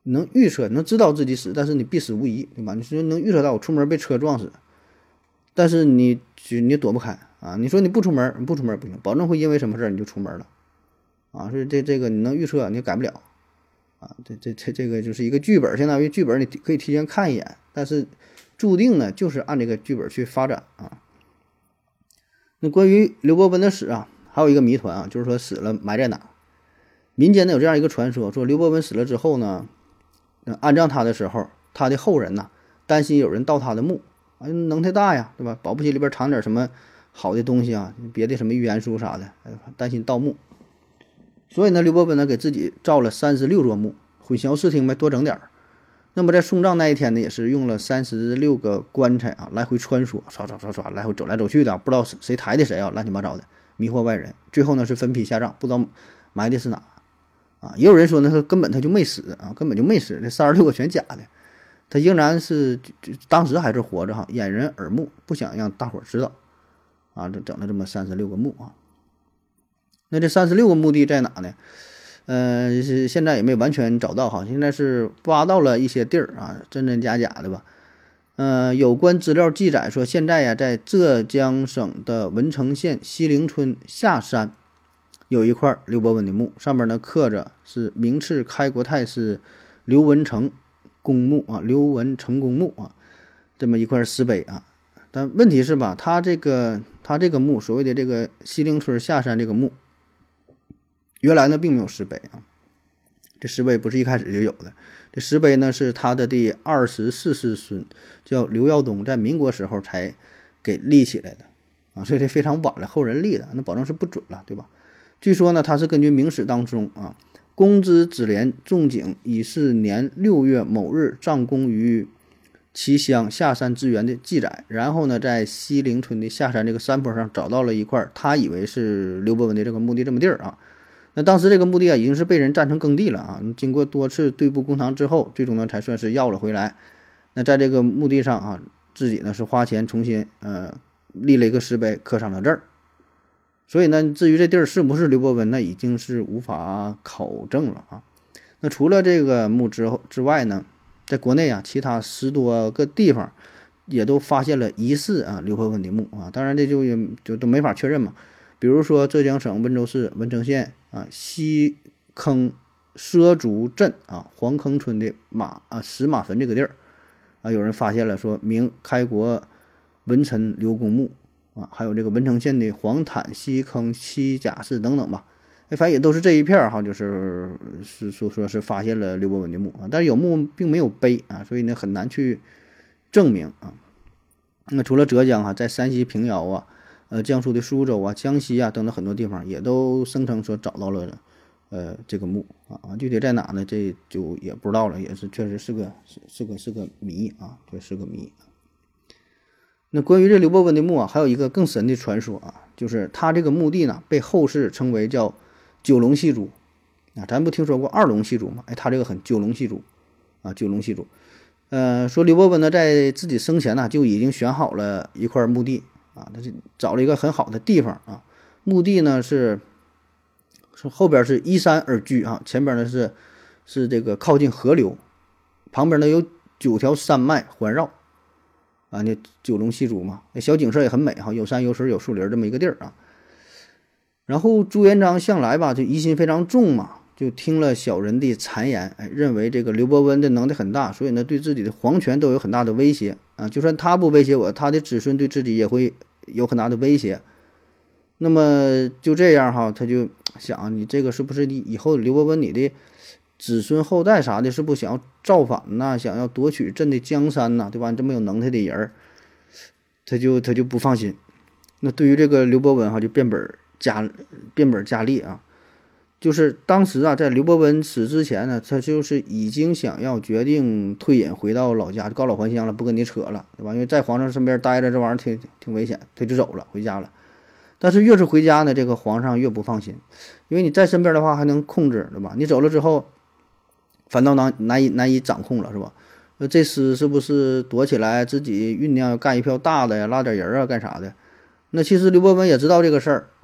你能预测，能知道自己死，但是你必死无疑，对吧？你说能预测到我出门被车撞死，但是你躲不开啊。你说你不出门不行，保证会因为什么事儿你就出门了啊。所以这个你能预测，你改不了啊。这个就是一个剧本，相当于剧本你可以提前看一眼，但是注定呢就是按这个剧本去发展啊。那关于刘伯温的死啊，还有一个谜团啊，就是说死了埋在哪？民间呢有这样一个传说，说刘伯温死了之后呢，安葬他的时候，他的后人呢担心有人盗他的墓啊，能耐大呀，对吧？保不齐里边藏点什么好的东西啊，别的什么预言书啥的，担心盗墓。所以呢，刘伯温呢给自己造了36座墓，混淆视听呗，多整点儿。那么在送葬那一天呢，也是用了36个棺材啊，来回穿梭，唰，来回走来走去的，不知道谁抬的谁啊，乱七八糟的，迷惑外人。最后呢是分批下葬，不知道埋的是哪啊。也有人说呢，他根本就没死啊，根本就没死，这36个全假的，他仍然是当时还是活着哈，掩人耳目，不想让大伙儿知道啊，整了这么36个墓啊。那这36个墓地在哪呢？是现在也没完全找到哈，现在是挖到了一些地儿啊，真假的吧。有关资料记载说，现在呀，在浙江省的文成县西陵村下山有一块刘伯温的墓，上面呢刻着是明次开国太师刘文成公墓啊，刘文成公墓啊，这么一块石碑啊。但问题是吧，他这个墓，所谓的这个西陵村下山这个墓，原来呢并没有石碑啊，这石碑不是一开始就有的，这石碑呢是他的第24世孙叫刘耀东在民国时候才给立起来的啊，所以这非常晚了，后人立的，那保证是不准了，对吧？据说呢，他是根据明史当中啊，公之子廉仲景乙巳年6月某日葬公于其乡下山之源的记载，然后呢，在西陵村的下山这个山坡上找到了一块他以为是刘伯温的这个墓地这么地儿啊。那当时这个墓地啊已经是被人占成耕地了啊，经过多次对簿公堂之后，最终呢才算是要了回来。那在这个墓地上啊，自己呢是花钱重新立了一个石碑，刻上了字儿。所以呢，至于这地儿是不是刘伯温，那已经是无法考证了啊。那除了这个墓之外呢，在国内啊，其他10多个地方也都发现了疑似啊刘伯温的墓啊，当然这就都没法确认嘛。比如说浙江省温州市文成县啊西坑畲竹镇啊黄坑村的石马坟这个地儿啊，有人发现了说明开国文臣刘公墓啊，还有这个文成县的黄坦西坑西甲寺等等吧，反正也都是这一片哈，就是说是发现了刘伯温的墓啊，但是有墓并没有碑啊，所以呢很难去证明啊。那除了浙江啊，在山西平遥啊。江苏的苏州啊、江西啊等等很多地方也都声称说找到了这个墓啊，具体在哪呢？这就也不知道了，也是确实是个谜啊，这是个谜。那关于这刘伯温的墓啊，还有一个更神的传说啊，就是他这个墓地呢被后世称为叫九龙戏珠啊，咱不听说过二龙戏珠吗？哎，他这个很九龙戏珠啊，九龙戏珠。说刘伯温呢在自己生前呢就已经选好了一块墓地。啊，他就找了一个很好的地方啊，墓地呢是后边是依山而居啊，前边呢是这个靠近河流，旁边呢有9条山脉环绕啊，那九龙戏珠嘛，那小景色也很美哈，有山有水有树林这么一个地儿啊。然后朱元璋向来吧就疑心非常重嘛，就听了小人的谗言，认为这个刘伯温的能力很大，所以呢对自己的皇权都有很大的威胁啊，就算他不威胁我，他的子孙对自己也会有很大的威胁。那么就这样哈，他就想，你这个是不是你以后刘伯温你的子孙后代啥的，是不是想要造反呐，想要夺取朕的江山呐，对吧？你这么有能耐的人，他就不放心。那对于这个刘伯温哈，就变本加厉啊。就是当时啊，在刘伯温死之前呢，他就是已经想要决定退隐回到老家，告老还乡了，不跟你扯了，对吧？因为在皇上身边待着这玩意儿挺危险，他就走了，回家了。但是越是回家呢，这个皇上越不放心，因为你在身边的话还能控制，对吧？你走了之后，反倒难以掌控了，是吧？这厮是不是躲起来自己酝酿干一票大的呀，拉点人啊，干啥的？那其实刘伯温也知道这个事儿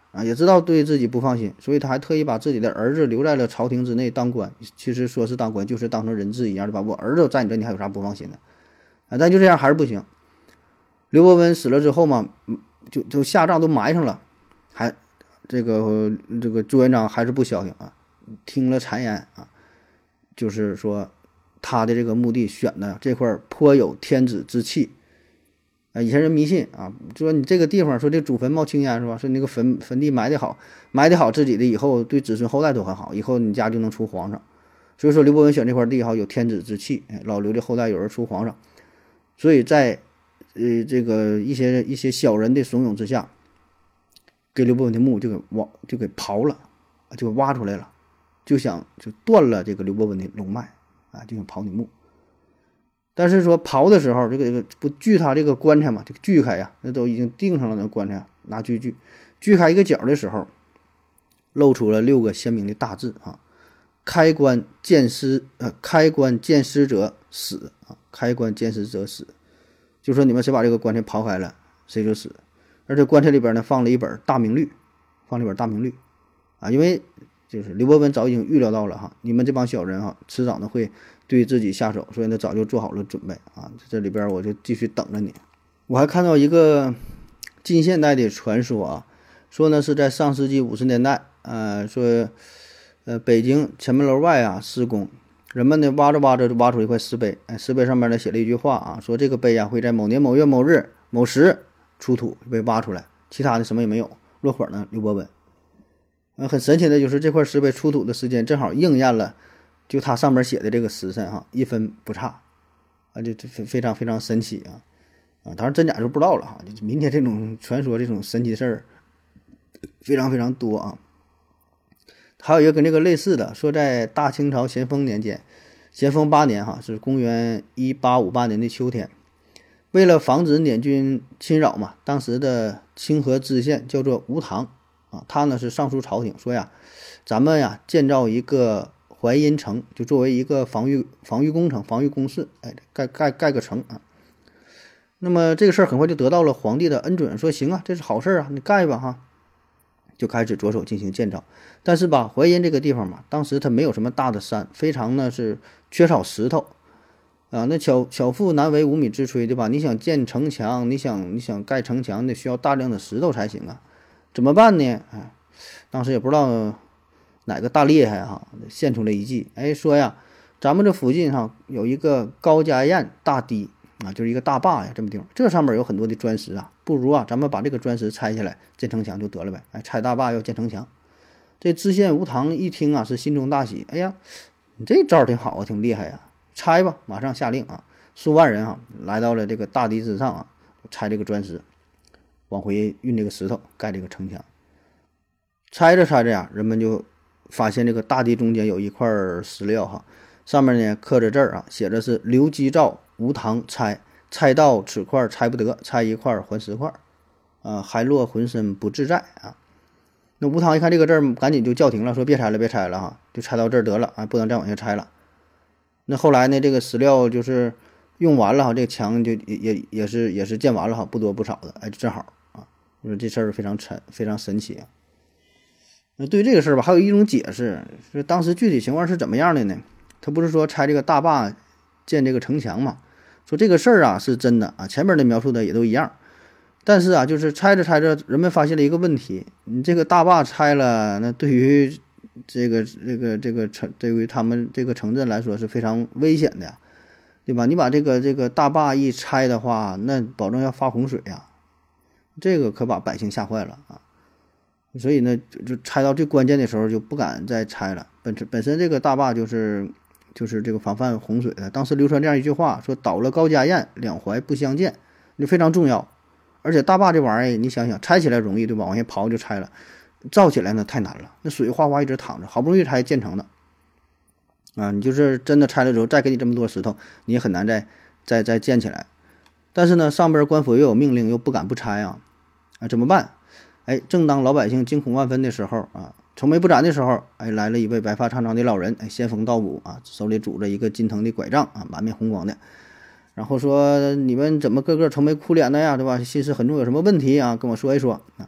啊，也知道对自己不放心，所以他还特意把自己的儿子留在了朝廷之内当官。其实说是当官，就是当成人质一样，对吧？我儿子在你这，你还有啥不放心的？啊，但就这样还是不行。刘伯温死了之后嘛，就下葬都埋上了，还这个朱元璋还是不消停啊，听了谗言啊，就是说他的这个墓地选的这块颇有天子之气。以前人迷信啊，就说你这个地方说这祖坟冒青烟是吧？说你那个坟地埋得好，埋得好自己的以后对子孙后代都很好，以后你家就能出皇上。所以说刘伯温选这块地哈有天子之气，老刘的后代有人出皇上，所以在这个一些小人的怂恿之下，给刘伯温的墓就给刨了，就挖出来了，就断了这个刘伯温的龙脉啊，就想刨你墓。但是说刨的时候，这个不锯他这个棺材嘛，这个锯开呀，那都已经钉上了，那棺材拿锯开一个角的时候，露出了6个鲜明的大字啊：开棺见尸者死啊，开棺见尸者死。就说你们谁把这个棺材刨开了，谁就死。而且棺材里边呢放了一本大明律，啊，因为就是刘伯温早已经预料到了哈，你们这帮小人哈，迟早呢会对自己下手，所以呢早就做好了准备啊。这里边我就继续等着你。我还看到一个近现代的传说啊，说呢是在上世纪50年代，说北京前门楼外啊施工，人们呢挖着就挖出一块石碑，石碑上面呢写了一句话啊，说这个碑啊会在某年某月某日某时出土被挖出来，其他的什么也没有。落款呢刘伯温。很神奇的就是这块石碑出土的时间正好应验了就它上面写的这个时辰哈，1分不差啊，就非常非常神奇啊。当然真假就不知道了哈。民间这种传说这种神奇的事儿非常非常多啊。还有一个跟这个类似的，说在大清朝咸丰年间，咸丰8年哈，是公元1858年的秋天，为了防止捻军侵扰嘛，当时的清河知县叫做吴棠啊，他呢是上书朝廷说呀，咱们呀建造一个淮阴城，就作为一个防御工程、防御工事，盖个城啊。那么这个事儿很快就得到了皇帝的恩准，说行啊，这是好事啊，你盖吧哈。就开始着手进行建造。但是吧，淮阴这个地方嘛，当时它没有什么大的山，非常呢是缺少石头啊。那巧妇难为无米之炊，对吧？你想建城墙，你想盖城墙，得需要大量的石头才行啊。怎么办呢？当时也不知道哪个大厉害哈，献出了一计，说呀，咱们这附近哈有一个高家堰大堤啊，就是一个大坝呀，这么地方，这上面有很多的砖石啊，不如啊，咱们把这个砖石拆下来建城墙就得了呗。拆大坝要建城墙。这知县吴棠一听啊，是心中大喜，哎呀，你这招挺好啊，挺厉害呀，拆吧，马上下令啊，数万人啊来到了这个大堤之上啊，拆这个砖石，往回运这个石头盖这个城墙。拆着呀，人们就发现这个大堤中间有一块石料哈，上面呢刻着字啊，写着是刘基兆吴棠拆到此块拆不得，拆一块还10块还落浑身不自在啊。那吴棠一看这个字儿，赶紧就叫停了，说别拆了哈，就拆到这儿得了啊，不能再往下拆了。那后来呢，这个石料就是用完了哈，这个墙就也是建完了哈，不多不少的，正好啊。我说这事儿非常神奇啊。那对于这个事儿吧，还有一种解释，是当时具体情况是怎么样的呢？他不是说拆这个大坝建这个城墙嘛？说这个事儿啊是真的啊，前面的描述的也都一样。但是啊，就是拆着，人们发现了一个问题：你这个大坝拆了，那对于这个城，对于他们这个城镇来说是非常危险的，对吧？你把这个大坝一拆的话，那保证要发洪水呀，这个可把百姓吓坏了啊！所以呢，就拆到最关键的时候就不敢再拆了。本身这个大坝就是这个防范洪水的。当时流传这样一句话，说倒了高家堰，两淮不相见，就非常重要。而且大坝这玩意儿，你想想，拆起来容易，对吧？往下刨就拆了，造起来呢太难了。那水哗哗一直淌着，好不容易才建成的啊！你就是真的拆了之后，再给你这么多石头，你也很难再建起来。但是呢，上边官府又有命令，又不敢不拆啊，怎么办？正当老百姓惊恐万分的时候啊，愁眉不展的时候，来了一位白发苍苍的老人，仙风道骨啊，手里拄着一个金藤的拐杖啊，满面红光的。然后说你们怎么个个愁眉苦脸的呀，对吧？心事很重，有什么问题啊？跟我说一说啊。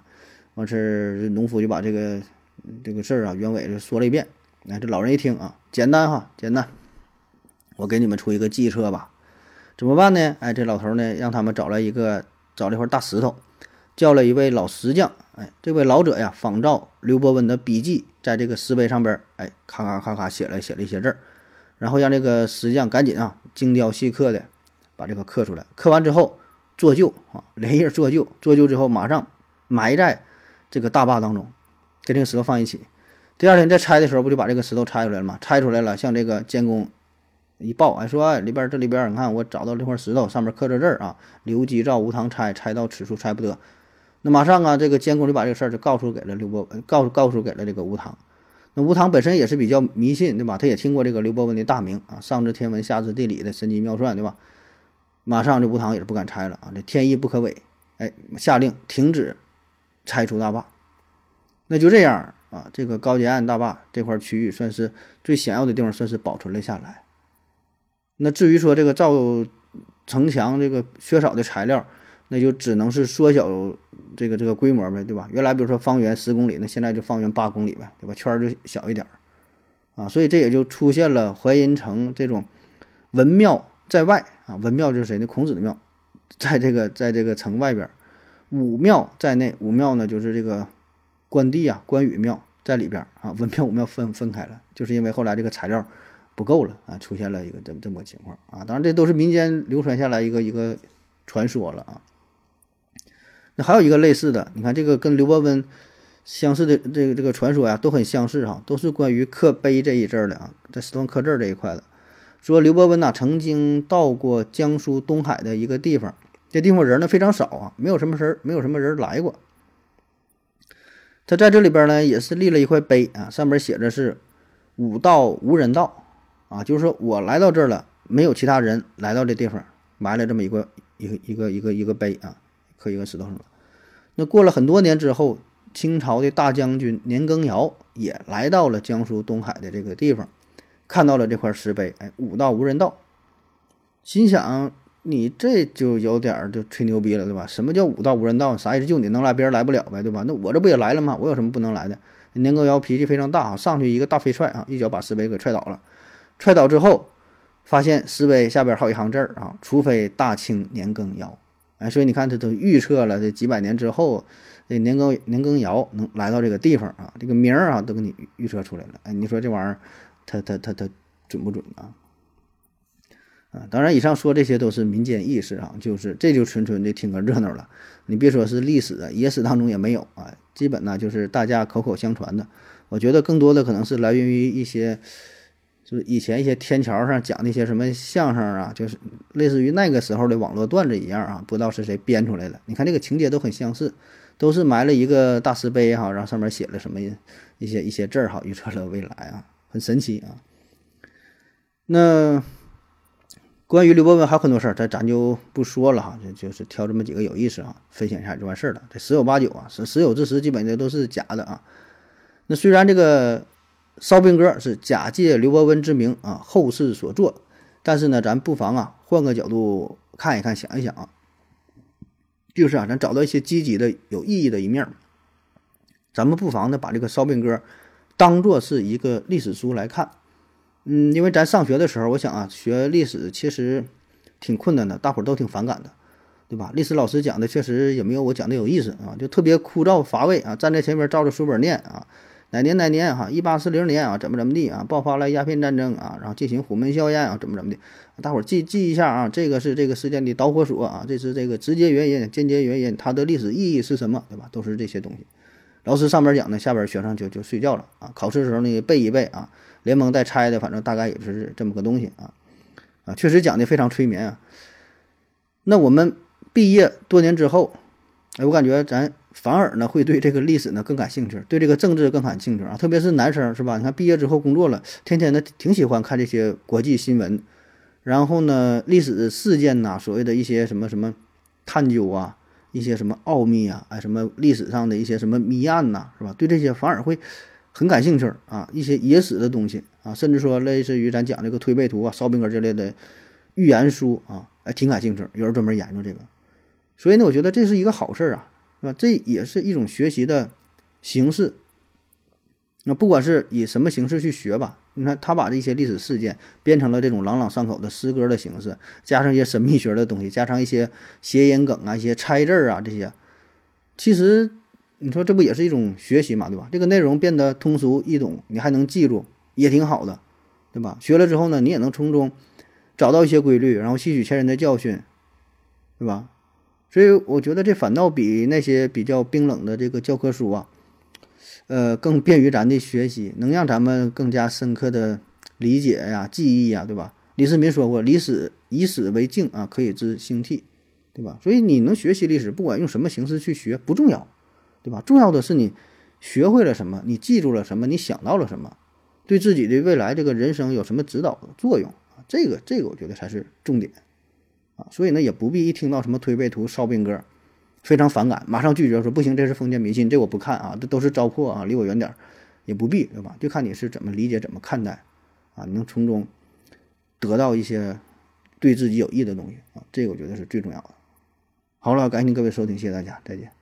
完事儿农夫就把这个事儿啊原委就说了一遍。哎，这老人一听啊，简单哈，简单，我给你们出一个计策吧。怎么办呢？哎，这老头呢让他们找了一块大石头，叫了一位老石匠。哎，这位老者呀仿照刘伯温的笔记，在这个石碑上边哎咔咔咔咔写了一些字儿，然后让这个石匠赶紧啊精雕细刻的把这个刻出来。刻完之后做旧啊，连夜做旧，做旧之后马上埋在这个大坝当中，跟这个石头放一起。第二天再拆的时候，不就把这个石头拆出来了吗？拆出来了，向这个监工一报，哎说哎这里边你看我找到这块石头，上面刻着字啊，刘基照无堂拆，拆到此处拆不得。那马上啊，这个监工就把这个事儿就告诉给了告诉给了这个吴唐。那吴唐本身也是比较迷信，对吧？他也听过这个刘伯温的大名啊，上知天文下知地理的神机妙算，对吧？马上这吴唐也是不敢拆了啊，这天意不可违，哎，下令停止拆除大坝。那就这样啊，这个高杰岸大坝这块区域算是最险要的地方，算是保存了下来。那至于说这个造城墙这个缺少的材料，那就只能是缩小这个规模呗，对吧？原来比如说方圆10公里，那现在就方圆8公里呗，对吧？圈就小一点啊，所以这也就出现了淮阴城这种文庙在外啊，文庙就是谁呢？孔子的庙，在这个城外边，武庙在内。武庙呢就是这个关帝啊，关羽庙在里边啊，文庙武庙分开了，就是因为后来这个材料不够了啊，出现了一个这么个情况啊。当然这都是民间流传下来一个传说了啊。那还有一个类似的，你看这个跟刘伯温相似的这个传说呀，都很相似哈，都是关于刻碑这一阵的啊，在石头刻字这一块的。说刘伯温呐曾经到过江苏东海的一个地方，这地方人呢非常少啊，没有什么人来过。他在这里边呢也是立了一块碑啊，上面写着是武道无人道啊，就是说我来到这儿了，没有其他人来到这地方，埋了这么一个碑啊，刻一个石头上了。那过了很多年之后，清朝的大将军年羹尧也来到了江苏东海的这个地方，看到了这块石碑，哎，武道无人道，心想你这就有点就吹牛逼了，对吧？什么叫武道无人道？啥意思？就你能来，别人来不了呗，对吧？那我这不也来了吗？我有什么不能来的？年羹尧脾气非常大啊，上去一个大飞踹啊，一脚把石碑给踹倒了。踹倒之后，发现石碑下边好一行字啊，除非大清年羹尧。哎，所以你看，他都预测了这几百年之后，这年羹尧能来到这个地方啊，这个名儿啊都给你预测出来了。哎，你说这玩意儿，他准不准啊？啊，当然，以上说这些都是民间轶事啊，这就纯纯的听个热闹了。你别说是历史啊，野史当中也没有啊，基本呢就是大家口口相传的。我觉得更多的可能是来源于一些。就是以前一些天桥上讲那些什么相声啊，就是类似于那个时候的网络段子一样啊，不知道是谁编出来的。你看这个情节都很相似，都是埋了一个大石碑哈，然后上面写了什么一些字哈，预测了未来啊，很神奇啊。那关于刘伯温还有很多事儿，咱就不说了哈，就是挑这么几个有意思啊，分享一下就完事儿了。这十有八九啊，十有之十基本的都是假的啊。那虽然这个烧饼歌是假借刘伯温之名啊，后世所作，但是呢，咱不妨啊换个角度看一看，想一想啊，就是啊，咱找到一些积极的、有意义的一面，咱们不妨呢把这个烧饼歌当做是一个历史书来看。因为咱上学的时候，我想啊，学历史其实挺困难的，大伙儿都挺反感的，对吧？历史老师讲的确实也没有我讲的有意思啊，就特别枯燥乏味啊，站在前面照着书本念啊。哪年哈，1840年啊，怎么地啊，爆发了鸦片战争啊，然后进行虎门销烟啊，怎么的，大伙儿记一下啊，这个是这个事件的导火索啊，这是这个直接原因、间接原因，它的历史意义是什么，对吧？都是这些东西。老师上边讲呢，下边学生就睡觉了啊。考试的时候呢背一背啊，连蒙带猜的，反正大概也是这么个东西啊，确实讲的非常催眠啊。那我们毕业多年之后，哎，我感觉咱反而呢会对这个历史呢更感兴趣，对这个政治更感兴趣啊，特别是男生是吧？你看毕业之后工作了，天天的挺喜欢看这些国际新闻，然后呢历史事件呐，所谓的一些什么探究啊，一些什么奥秘啊，哎，什么历史上的一些什么谜案呐，是吧？对这些反而会很感兴趣啊，一些野史的东西啊，甚至说类似于咱讲这个推背图啊、烧饼歌之类的寓言书啊，哎，挺感兴趣，有人专门研究这个。所以呢，我觉得这是一个好事啊。 是吧？这也是一种学习的形式。那不管是以什么形式去学吧，你看他把这些历史事件编成了这种朗朗上口的诗歌的形式，加上一些神秘学的东西，加上一些谐音梗啊、一些猜字啊这些，其实你说这不也是一种学习嘛，对吧？这个内容变得通俗易懂，你还能记住，也挺好的，对吧？学了之后呢，你也能从中找到一些规律，然后吸取前人的教训，对吧？所以我觉得这反倒比那些比较冰冷的这个教科书啊，更便于咱的学习，能让咱们更加深刻的理解呀、记忆呀，对吧？李世民说过，以史为镜啊，可以知兴替，对吧？所以你能学习历史，不管用什么形式去学不重要，对吧？重要的是你学会了什么，你记住了什么，你想到了什么，对自己的未来这个人生有什么指导的作用啊？这个我觉得才是重点啊。所以呢，也不必一听到什么推背图、烧饼歌，非常反感，马上拒绝说不行，这是封建迷信，这我不看啊，这都是糟粕啊，离我远点儿，也不必，对吧？就看你是怎么理解、怎么看待啊，你能从中得到一些对自己有益的东西啊，这个我觉得是最重要的。好了，感谢各位收听，谢谢大家，再见。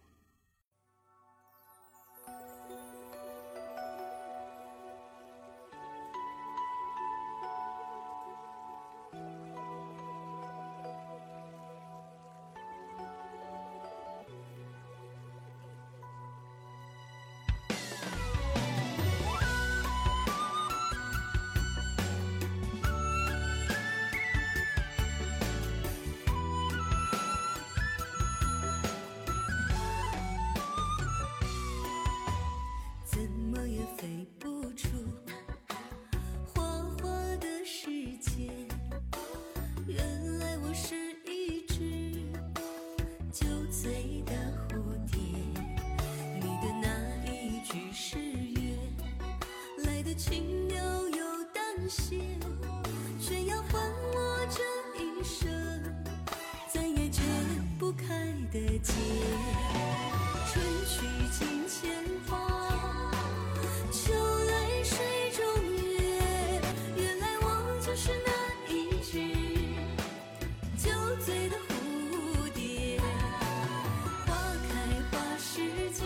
怎么也飞不出花花的世界，原来我是一只酒醉的蝴蝶。你的那一句誓约来得轻描又淡写，却要还我这一生再也解不开的结。春去境迁花，秋来水中月，原来我就是那一只酒醉的蝴蝶。花开花时节，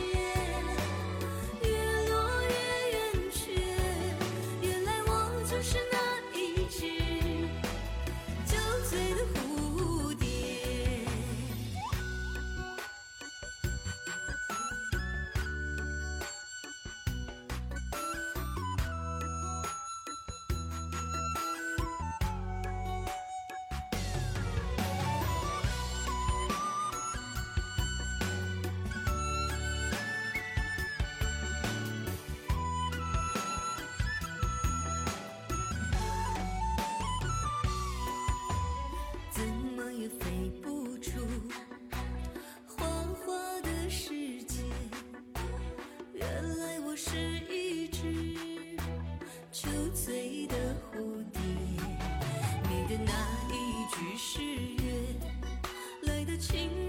月落月圆缺，原来我就是那一只酒醉的蝴蝶。怎么也飞不出花花的世界，原来我是一只酒醉的蝴蝶。你的那一句誓约来得轻